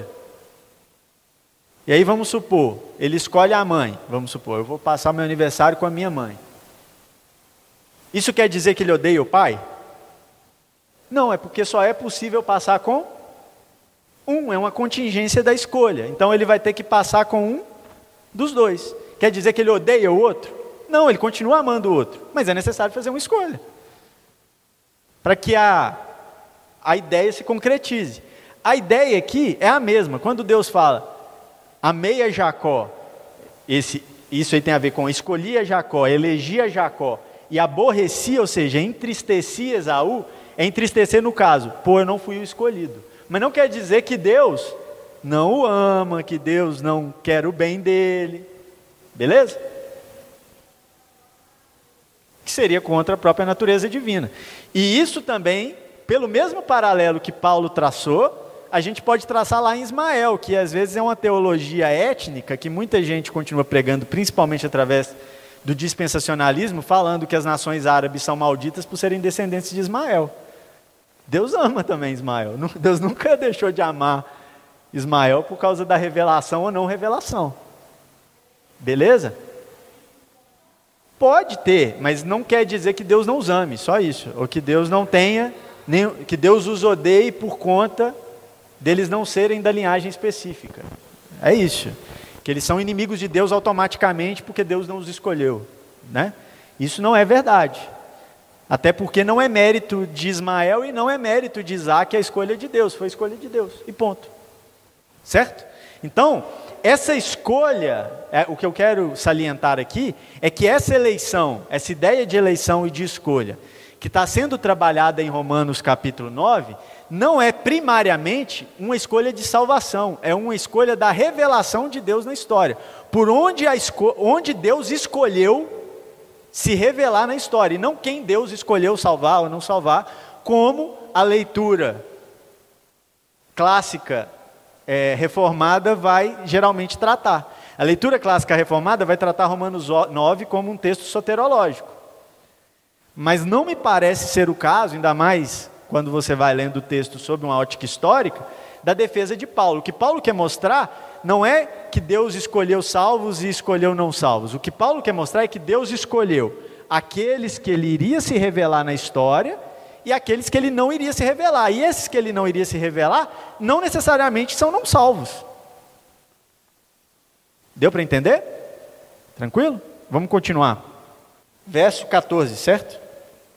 E aí vamos supor, ele escolhe a mãe. Vamos supor, eu vou passar meu aniversário com a minha mãe. Isso quer dizer que ele odeia o pai? Não, é porque só é possível passar com um, é uma contingência da escolha. Então ele vai ter que passar com um dos dois. Quer dizer que ele odeia o outro? Não, ele continua amando o outro, mas é necessário fazer uma escolha para que a, a ideia se concretize. A ideia aqui é a mesma. Quando Deus fala: amei a Jacó, esse, isso aí tem a ver com escolhi a Jacó, elegi a Jacó e aborrecia, ou seja, entristecia Esaú, é entristecer no caso, pô, eu não fui o escolhido. Mas não quer dizer que Deus não o ama, que Deus não quer o bem dele, beleza? Que seria contra a própria natureza divina. E isso também, pelo mesmo paralelo que Paulo traçou, a gente pode traçar lá em Ismael, que às vezes é uma teologia étnica, que muita gente continua pregando, principalmente através do dispensacionalismo, falando que as nações árabes são malditas por serem descendentes de Ismael. Deus ama também Ismael. Deus nunca deixou de amar Ismael por causa da revelação ou não revelação. Beleza? Pode ter, mas não quer dizer que Deus não os ame, só isso. Ou que Deus não tenha, nem, que Deus os odeie por conta deles não serem da linhagem específica. É isso. Que eles são inimigos de Deus automaticamente porque Deus não os escolheu, né? Isso não é verdade. Até porque não é mérito de Ismael e não é mérito de Isaac a escolha de Deus, foi a escolha de Deus, e ponto. Certo? Então, essa escolha, é, o que eu quero salientar aqui, é que essa eleição, essa ideia de eleição e de escolha, que está sendo trabalhada em Romanos capítulo nove, não é primariamente uma escolha de salvação, é uma escolha da revelação de Deus na história, por onde, a esco- onde Deus escolheu se revelar na história, e não quem Deus escolheu salvar ou não salvar, como a leitura clássica é, reformada vai geralmente tratar. A leitura clássica reformada vai tratar Romanos nove como um texto soterológico, mas não me parece ser o caso, ainda mais quando você vai lendo o texto sob uma ótica histórica, da defesa de Paulo. O que Paulo quer mostrar não é que Deus escolheu salvos e escolheu não salvos. O que Paulo quer mostrar é que Deus escolheu aqueles que ele iria se revelar na história e aqueles que ele não iria se revelar. E esses que ele não iria se revelar, não necessariamente são não salvos. Deu para entender? Tranquilo? Vamos continuar. Verso quatorze, certo?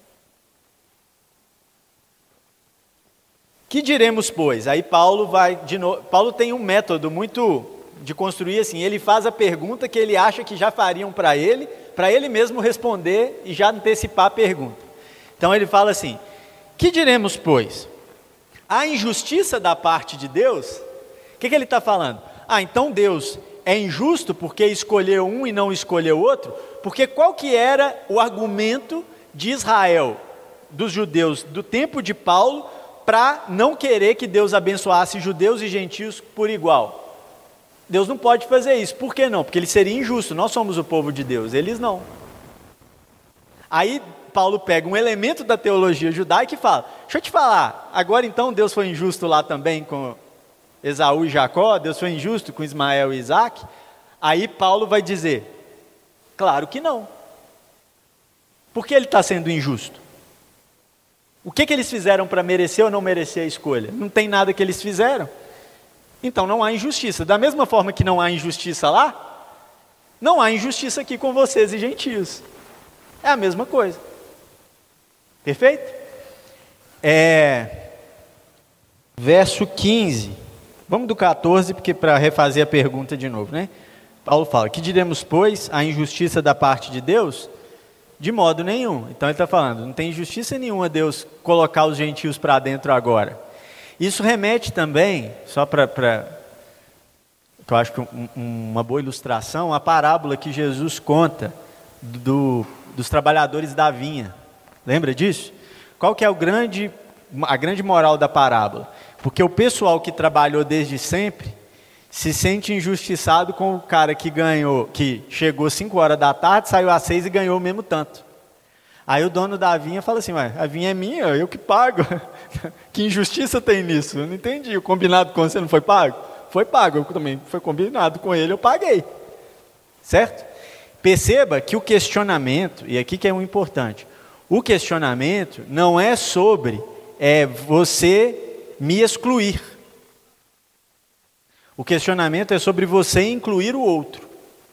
Que diremos, pois? Aí Paulo vai de novo. Paulo tem um método muito de construir assim. Ele faz a pergunta que ele acha que já fariam para ele, para ele mesmo responder e já antecipar a pergunta. Então ele fala assim: que diremos, pois? A injustiça da parte de Deus? O que, que ele está falando? Ah, então Deus é injusto porque escolheu um e não escolheu outro? Porque qual que era o argumento de Israel, dos judeus do tempo de Paulo, para não querer que Deus abençoasse judeus e gentios por igual? Deus não pode fazer isso. Por que não? Porque ele seria injusto. Nós somos o povo de Deus, eles não. Aí Paulo pega um elemento da teologia judaica e fala: deixa eu te falar, agora então Deus foi injusto lá também com Esaú e Jacó? Deus foi injusto com Ismael e Isaac? Aí Paulo vai dizer: claro que não. Por que ele está sendo injusto? O que, que eles fizeram para merecer ou não merecer a escolha? Não tem nada que eles fizeram. Então não há injustiça. Da mesma forma que não há injustiça lá, não há injustiça aqui com vocês e gentios. É a mesma coisa. Perfeito? É... Verso quinze. Vamos do quatorze, porque para refazer a pergunta de novo, né? Paulo fala: que diremos, pois, a injustiça da parte de Deus? De modo nenhum. Então ele está falando, não tem injustiça nenhuma Deus colocar os gentios para dentro agora. Isso remete também, só para, para eu acho que um, uma boa ilustração, a parábola que Jesus conta do, dos trabalhadores da vinha. Lembra disso? Qual que é o grande, a grande moral da parábola? Porque o pessoal que trabalhou desde sempre se sente injustiçado com o cara que ganhou, que chegou cinco horas da tarde, saiu às seis e ganhou o mesmo tanto. Aí o dono da vinha fala assim: ué, a vinha é minha, eu que pago. Que injustiça tem nisso? Eu não entendi. O combinado com você não foi pago? Foi pago, eu também foi combinado com ele, eu paguei. Certo? Perceba que o questionamento, e aqui que é um importante, o questionamento não é sobre é, você me excluir. O questionamento é sobre você incluir o outro.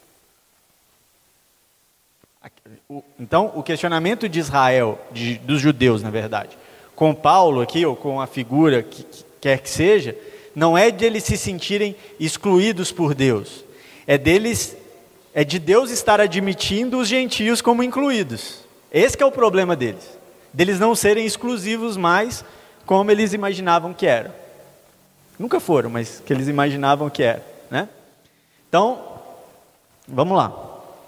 Então, o questionamento de Israel, de, dos judeus, na verdade, com Paulo aqui, ou com a figura que, que quer que seja, não é de eles se sentirem excluídos por Deus. É deles, é de Deus estar admitindo os gentios como incluídos. Esse que é o problema deles. Deles não serem exclusivos mais como eles imaginavam que eram. Nunca foram, mas que eles imaginavam que eram, né? Então, vamos lá.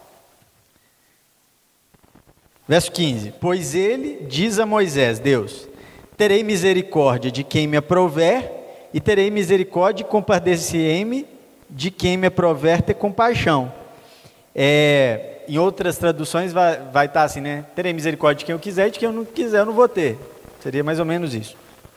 Verso quinze. Pois ele diz a Moisés, Deus, terei misericórdia de quem me aprover, e terei misericórdia e compadecer-me de quem me aprover ter compaixão. É, em outras traduções vai, vai estar assim, né? Terei misericórdia de quem eu quiser, e de quem eu não quiser eu não vou ter. Seria mais ou menos isso.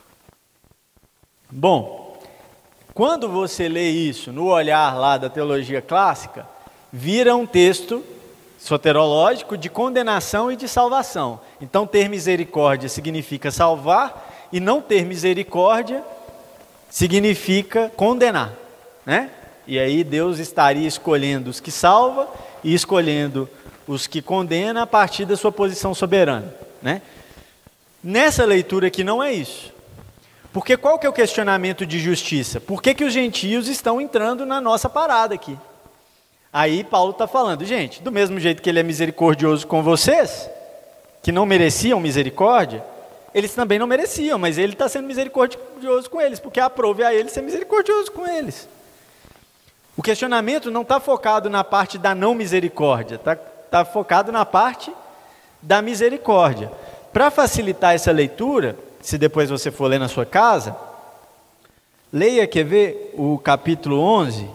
Bom, quando você lê isso no olhar lá da teologia clássica, vira um texto soterológico de condenação e de salvação. Então, ter misericórdia significa salvar, e não ter misericórdia significa condenar, né? E aí Deus estaria escolhendo os que salva e escolhendo os que condena a partir da sua posição soberana, né? Nessa leitura aqui não é isso. Porque qual que é o questionamento de justiça? Por que que os gentios estão entrando na nossa parada aqui? Aí Paulo está falando, gente, do mesmo jeito que ele é misericordioso com vocês, que não mereciam misericórdia, eles também não mereciam, mas ele está sendo misericordioso com eles, porque aprove a ele ser misericordioso com eles. O questionamento não está focado na parte da não misericórdia, está tá focado na parte da misericórdia. Para facilitar essa leitura, se depois você for ler na sua casa, leia, quer ver, o capítulo onze.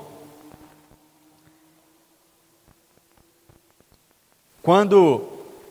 Quando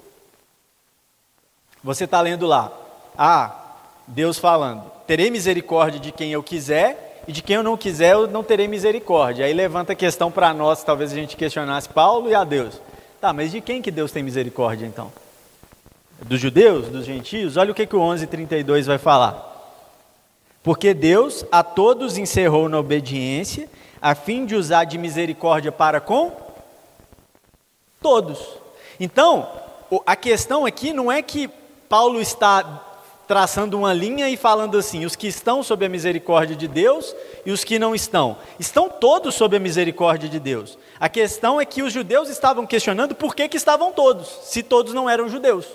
você está lendo lá, ah, Deus falando, terei misericórdia de quem eu quiser, e de quem eu não quiser eu não terei misericórdia. Aí levanta a questão para nós, talvez a gente questionasse Paulo e a Deus. Tá, mas de quem que Deus tem misericórdia então? Dos judeus, dos gentios? Olha o que, que o onze, trinta e dois vai falar. Porque Deus a todos encerrou na obediência, a fim de usar de misericórdia para com todos. Então, a questão aqui não é que Paulo está traçando uma linha e falando assim, os que estão sob a misericórdia de Deus e os que não estão. Estão todos sob a misericórdia de Deus. A questão é que os judeus estavam questionando por que que estavam todos, se todos não eram judeus.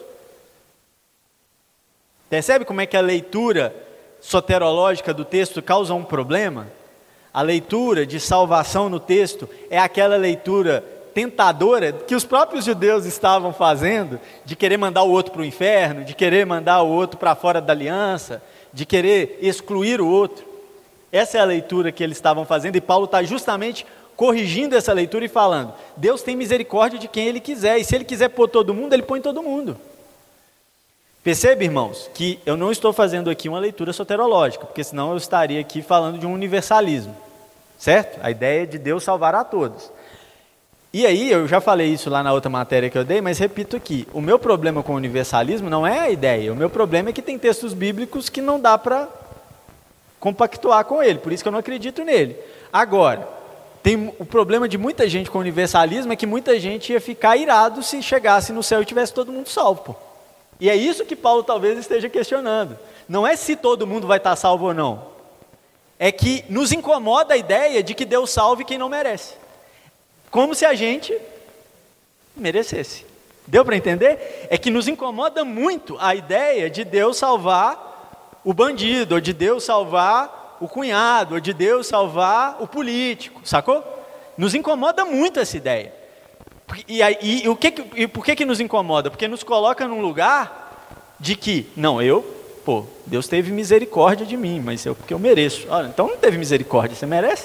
Percebe como é que a leitura soterológica do texto causa um problema? A leitura de salvação no texto é aquela leitura tentadora que os próprios judeus estavam fazendo, de querer mandar o outro para o inferno, de querer mandar o outro para fora da aliança, de querer excluir o outro. Essa é a leitura que eles estavam fazendo, e Paulo está justamente corrigindo essa leitura e falando, Deus tem misericórdia de quem Ele quiser, e se Ele quiser pôr todo mundo, Ele põe todo mundo. Percebe, irmãos, que eu não estou fazendo aqui uma leitura soterológica, porque senão eu estaria aqui falando de um universalismo, certo? A ideia é de Deus salvar a todos. E aí, eu já falei isso lá na outra matéria que eu dei, mas repito aqui, o meu problema com o universalismo não é a ideia, o meu problema é que tem textos bíblicos que não dá para compactuar com ele, por isso que eu não acredito nele. Agora, tem o problema de muita gente com o universalismo é que muita gente ia ficar irado se chegasse no céu e tivesse todo mundo salvo, pô. E é isso que Paulo talvez esteja questionando. Não é se todo mundo vai estar salvo ou não. É que nos incomoda a ideia de que Deus salve quem não merece. Como se a gente merecesse. Deu para entender? É que nos incomoda muito a ideia de Deus salvar o bandido, ou de Deus salvar o cunhado, ou de Deus salvar o político, sacou? Nos incomoda muito essa ideia. E, aí, e, o que, e por que que nos incomoda? Porque nos coloca num lugar de que, não, eu, pô, Deus teve misericórdia de mim, mas eu, porque eu mereço. Olha, então não teve misericórdia, você merece?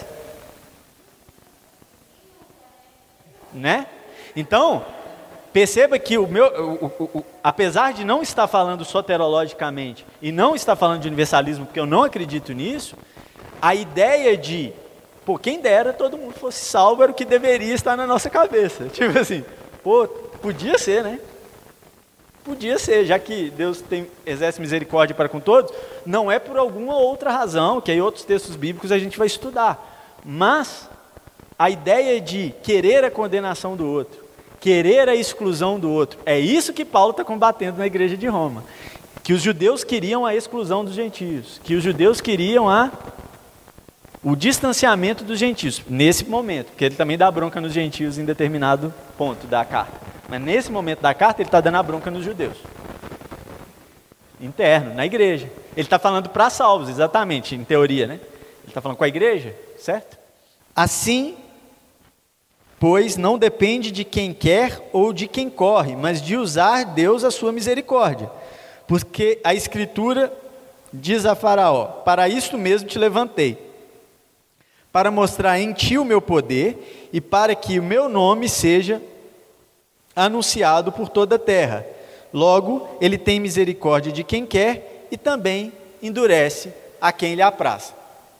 Né? Então, perceba que o meu, o, o, o, apesar de não estar falando soterologicamente e não estar falando de universalismo, porque eu não acredito nisso, a ideia de, pô, quem dera todo mundo fosse salvo era o que deveria estar na nossa cabeça. Tipo assim, pô, podia ser, né? Podia ser, já que Deus tem, exerce misericórdia para com todos, não é por alguma outra razão, que aí outros textos bíblicos a gente vai estudar, mas a ideia de querer a condenação do outro, querer a exclusão do outro, é isso que Paulo está combatendo na igreja de Roma. Que os judeus queriam a exclusão dos gentios, que os judeus queriam a, o distanciamento dos gentios, nesse momento, porque ele também dá bronca nos gentios em determinado ponto da carta. Mas nesse momento da carta, ele está dando a bronca nos judeus. Interno, na igreja. Ele está falando para salvos, exatamente, em teoria, né? Ele está falando com a igreja, certo? Assim, pois não depende de quem quer ou de quem corre, mas de usar Deus a sua misericórdia. Porque a Escritura diz a Faraó: para isto mesmo te levantei, para mostrar em ti o meu poder e para que o meu nome seja anunciado por toda a terra. Logo, ele tem misericórdia de quem quer e também endurece a quem lhe apraz.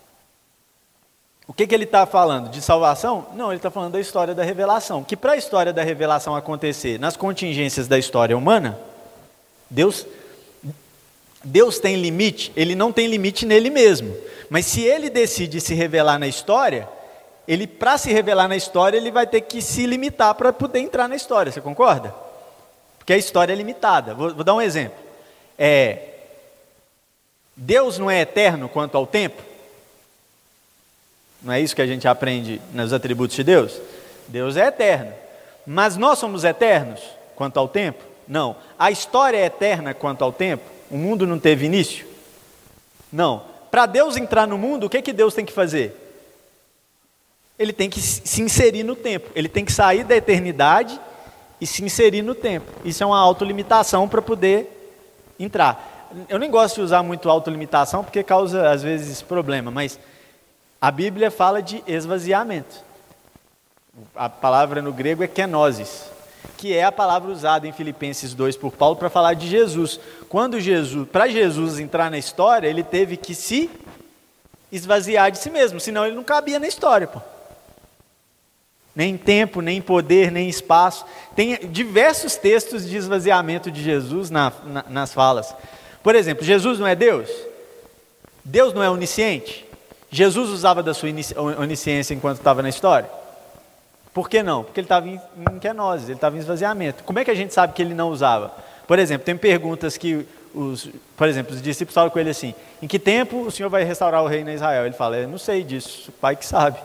O que, que ele está falando? De salvação? Não, ele está falando da história da revelação. Que para a história da revelação acontecer nas contingências da história humana, Deus, Deus tem limite? Ele não tem limite nele mesmo. Mas se ele decide se revelar na história, ele, para se revelar na história, ele vai ter que se limitar para poder entrar na história. Você concorda? Porque a história é limitada. Vou, vou dar um exemplo. É, Deus não é eterno quanto ao tempo? Não é isso que a gente aprende nos atributos de Deus? Deus é eterno. Mas nós somos eternos quanto ao tempo? Não. A história é eterna quanto ao tempo? O mundo não teve início? Não. Para Deus entrar no mundo, o que, que Deus tem que fazer? Ele tem que se inserir no tempo. Ele tem que sair da eternidade e se inserir no tempo. Isso é uma autolimitação para poder entrar. Eu nem gosto de usar muito autolimitação porque causa, às vezes, problema, mas a Bíblia fala de esvaziamento. A palavra no grego é kenosis, que é a palavra usada em Filipenses dois por Paulo para falar de Jesus. Quando Jesus, para Jesus entrar na história, ele teve que se esvaziar de si mesmo, senão ele não cabia na história, pô. Nem tempo, nem poder, nem espaço. Tem diversos textos de esvaziamento de Jesus na, na, nas falas. Por exemplo, Jesus não é Deus? Deus não é onisciente? Jesus usava da sua onisciência enquanto estava na história? Por que não? Porque ele estava em, em kenosis, ele estava em esvaziamento. Como é que a gente sabe que ele não usava? Por exemplo, tem perguntas que, os, por exemplo, os discípulos falam com ele assim: em que tempo o Senhor vai restaurar o reino em Israel? Ele fala: eu não sei disso, o Pai que sabe.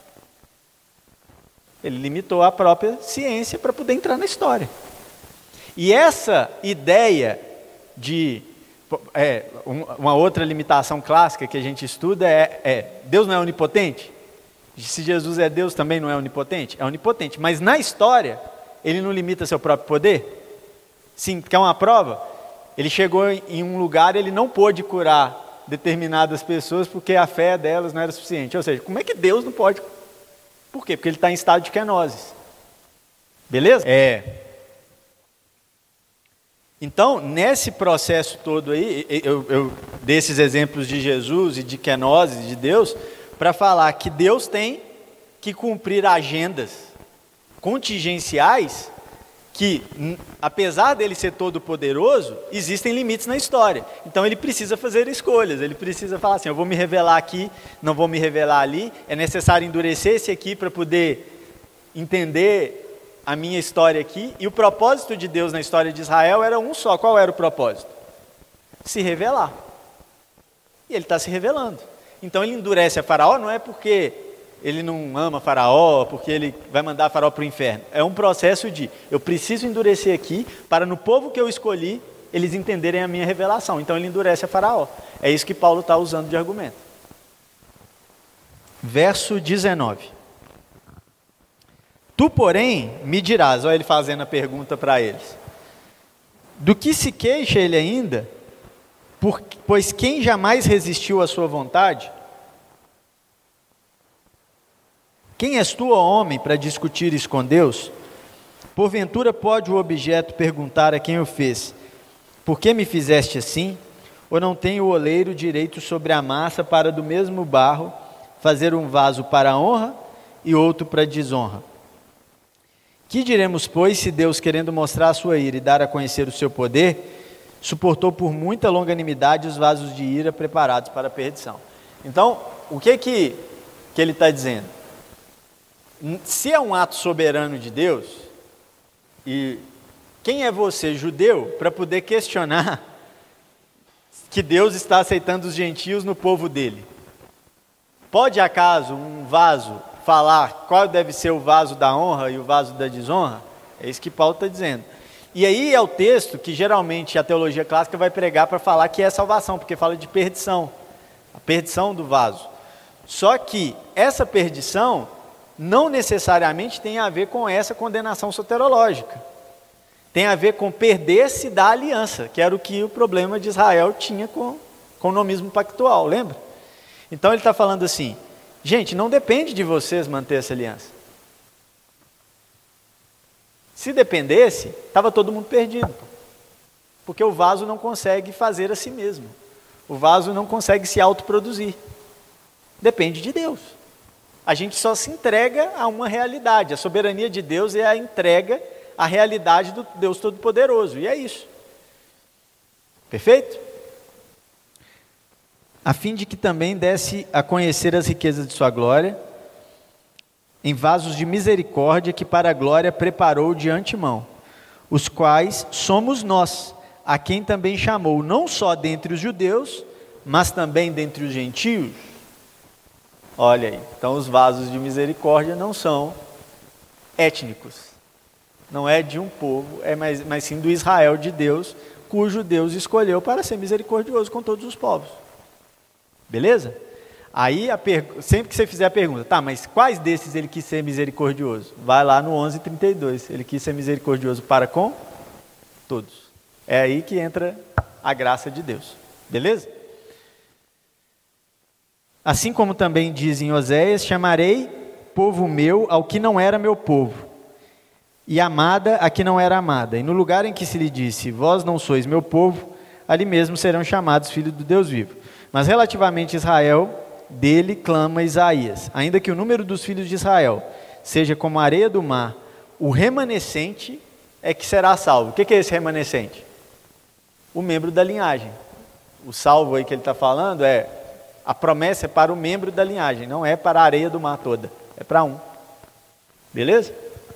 Ele limitou a própria ciência para poder entrar na história. E essa ideia de... É, uma outra limitação clássica que a gente estuda é, é: Deus não é onipotente? Se Jesus é Deus, também não é onipotente? É onipotente, mas na história, ele não limita seu próprio poder? Sim, quer uma prova? Ele chegou em um lugar, ele não pôde curar determinadas pessoas porque a fé delas não era suficiente. Ou seja, como é que Deus não pode... Por quê? Porque ele está em estado de kenosis. Beleza? É. Então, nesse processo todo aí, eu, eu dei esses exemplos de Jesus e de kenosis de Deus, para falar que Deus tem que cumprir agendas contingenciais que, apesar dele ser todo poderoso, existem limites na história. Então ele precisa fazer escolhas, ele precisa falar assim: eu vou me revelar aqui, não vou me revelar ali, é necessário endurecer esse aqui para poder entender a minha história aqui. E o propósito de Deus na história de Israel era um só. Qual era o propósito? Se revelar. E ele está se revelando. Então ele endurece a Faraó, não é porque ele não ama Faraó, porque ele vai mandar Faraó para o inferno. É um processo de, eu preciso endurecer aqui, para no povo que eu escolhi, eles entenderem a minha revelação. Então ele endurece a Faraó. É isso que Paulo está usando de argumento. Verso dezenove. Tu, porém, me dirás, olha ele fazendo a pergunta para eles: do que se queixa ele ainda? Por, pois quem jamais resistiu à sua vontade? Quem és tu, ó homem, para discutires com Deus? Porventura pode o objeto perguntar a quem o fez: por que me fizeste assim? Ou não tem o oleiro direito sobre a massa para do mesmo barro fazer um vaso para a honra e outro para a desonra? Que diremos, pois, se Deus, querendo mostrar a sua ira e dar a conhecer o seu poder, suportou por muita longanimidade os vasos de ira preparados para a perdição? Então, o que que, que ele está dizendo? Se é um ato soberano de Deus, e quem é você, judeu, para poder questionar que Deus está aceitando os gentios no povo dele? Pode acaso um vaso falar qual deve ser o vaso da honra e o vaso da desonra? É isso que Paulo está dizendo. E aí é o texto que geralmente a teologia clássica vai pregar para falar que é salvação, porque fala de perdição, a perdição do vaso. Só que essa perdição não necessariamente tem a ver com essa condenação soterológica. Tem a ver com perder-se da aliança, que era o que o problema de Israel tinha com, com o nomismo pactual, lembra? Então ele está falando assim, gente, não depende de vocês manter essa aliança. Se dependesse, estava todo mundo perdido, porque o vaso não consegue fazer a si mesmo, o vaso não consegue se autoproduzir, depende de Deus. A gente só se entrega a uma realidade, a soberania de Deus é a entrega à realidade do Deus Todo-Poderoso, e é isso. Perfeito? A fim de que também desse a conhecer as riquezas de sua glória, em vasos de misericórdia que para a glória preparou de antemão, os quais somos nós, a quem também chamou, não só dentre os judeus, mas também dentre os gentios. Olha aí, então os vasos de misericórdia não são étnicos, não é de um povo, é mais, mas sim do Israel de Deus, cujo Deus escolheu para ser misericordioso com todos os povos. Beleza? Aí, a pergu- sempre que você fizer a pergunta, tá, mas quais desses ele quis ser misericordioso? Vai lá no onze, trinta e dois, ele quis ser misericordioso para com todos. É aí que entra a graça de Deus. Beleza? Assim como também diz em Oséias, chamarei povo meu ao que não era meu povo, e amada a que não era amada. E no lugar em que se lhe disse, vós não sois meu povo, ali mesmo serão chamados filhos do Deus vivo. Mas relativamente a Israel, dele clama Isaías, ainda que o número dos filhos de Israel seja como a areia do mar, o remanescente é que será salvo. O que é esse remanescente? O membro da linhagem. O salvo aí que ele está falando é, a promessa é para o membro da linhagem, não é para a areia do mar toda, é para um. Beleza?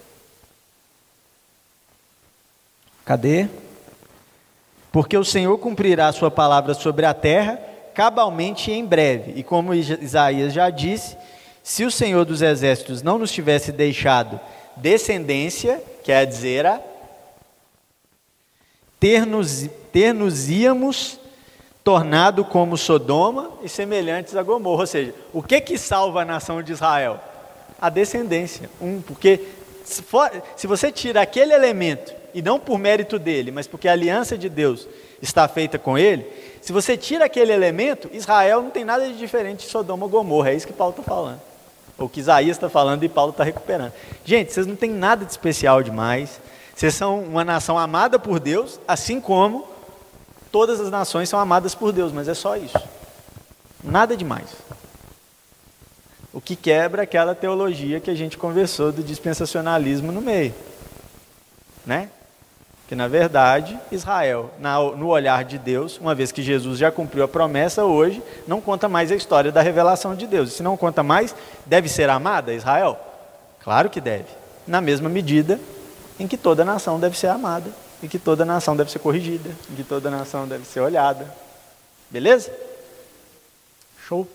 Cadê? Porque o Senhor cumprirá a sua palavra sobre a terra, cabalmente e em breve. E como Isaías já disse, se o Senhor dos Exércitos não nos tivesse deixado descendência, quer dizer, a ter-nos, ter-nos-íamos tornado como Sodoma e semelhantes a Gomorra. Ou seja, o que que salva a nação de Israel? A descendência. Um, porque se, for, se você tira aquele elemento, e não por mérito dele, mas porque a aliança de Deus está feita com ele, se você tira aquele elemento, Israel não tem nada de diferente de Sodoma ou Gomorra, é isso que Paulo está falando, ou que Isaías está falando e Paulo está recuperando. Gente, vocês não têm nada de especial demais, vocês são uma nação amada por Deus, assim como todas as nações são amadas por Deus, mas é só isso, nada demais. O que quebra aquela teologia que a gente conversou do dispensacionalismo no meio, né? Que na verdade, Israel, na, no olhar de Deus, uma vez que Jesus já cumpriu a promessa, hoje não conta mais a história da revelação de Deus. E se não conta mais, deve ser amada Israel? Claro que deve. Na mesma medida em que toda nação deve ser amada, e que toda nação deve ser corrigida, e que toda nação deve ser olhada. Beleza? Show.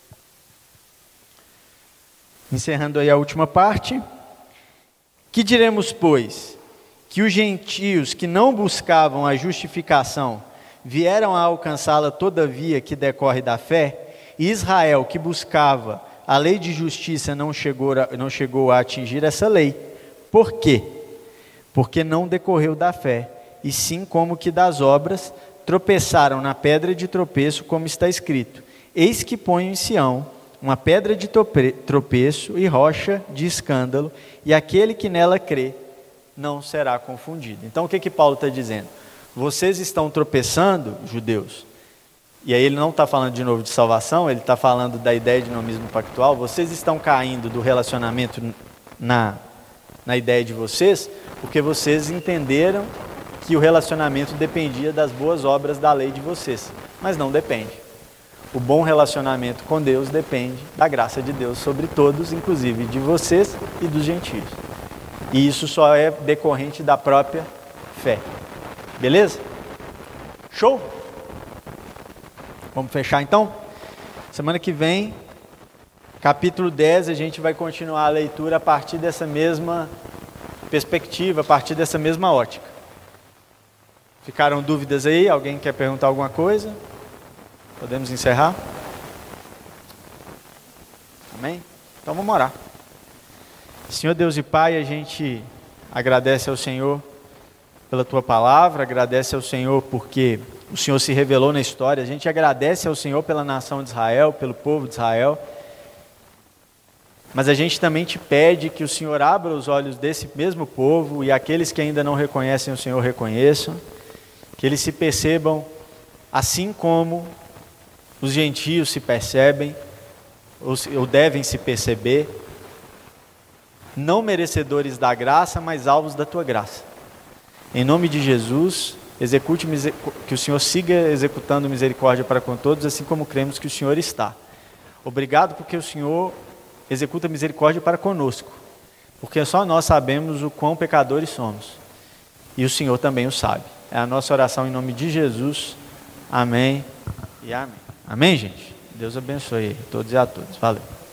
Encerrando aí a última parte. Que diremos, pois? Que os gentios que não buscavam a justificação vieram a alcançá-la todavia que decorre da fé, e Israel que buscava a lei de justiça não chegou a, não chegou a atingir essa lei. Por quê? Porque não decorreu da fé, e sim como que das obras, tropeçaram na pedra de tropeço, como está escrito, eis que ponho em Sião uma pedra de tropeço e rocha de escândalo, e aquele que nela crê não será confundido. Então o que que Paulo está dizendo? Vocês estão tropeçando, judeus, e aí ele não está falando de novo de salvação, ele está falando da ideia de nomismo pactual, vocês estão caindo do relacionamento na, na ideia de vocês, porque vocês entenderam que o relacionamento dependia das boas obras da lei de vocês, mas não depende. O bom relacionamento com Deus depende da graça de Deus sobre todos, inclusive de vocês e dos gentios. E isso só é decorrente da própria fé. Beleza? Show? Vamos fechar então? Semana que vem, capítulo dez, a gente vai continuar a leitura a partir dessa mesma perspectiva, a partir dessa mesma ótica. Ficaram dúvidas aí? Alguém quer perguntar alguma coisa? Podemos encerrar? Amém? Então vamos orar. Senhor Deus e Pai, a gente agradece ao Senhor pela Tua palavra, agradece ao Senhor porque o Senhor se revelou na história, a gente agradece ao Senhor pela nação de Israel, pelo povo de Israel, mas a gente também te pede que o Senhor abra os olhos desse mesmo povo e aqueles que ainda não reconhecem o Senhor reconheçam, que eles se percebam assim como os gentios se percebem, ou, ou devem se perceber, não merecedores da graça, mas alvos da Tua graça. Em nome de Jesus, execute, que o Senhor siga executando misericórdia para com todos, assim como cremos que o Senhor está. Obrigado porque o Senhor executa misericórdia para conosco, porque só nós sabemos o quão pecadores somos, e o Senhor também o sabe. É a nossa oração em nome de Jesus. Amém e amém. Amém, gente? Deus abençoe a todos e a todas. Valeu.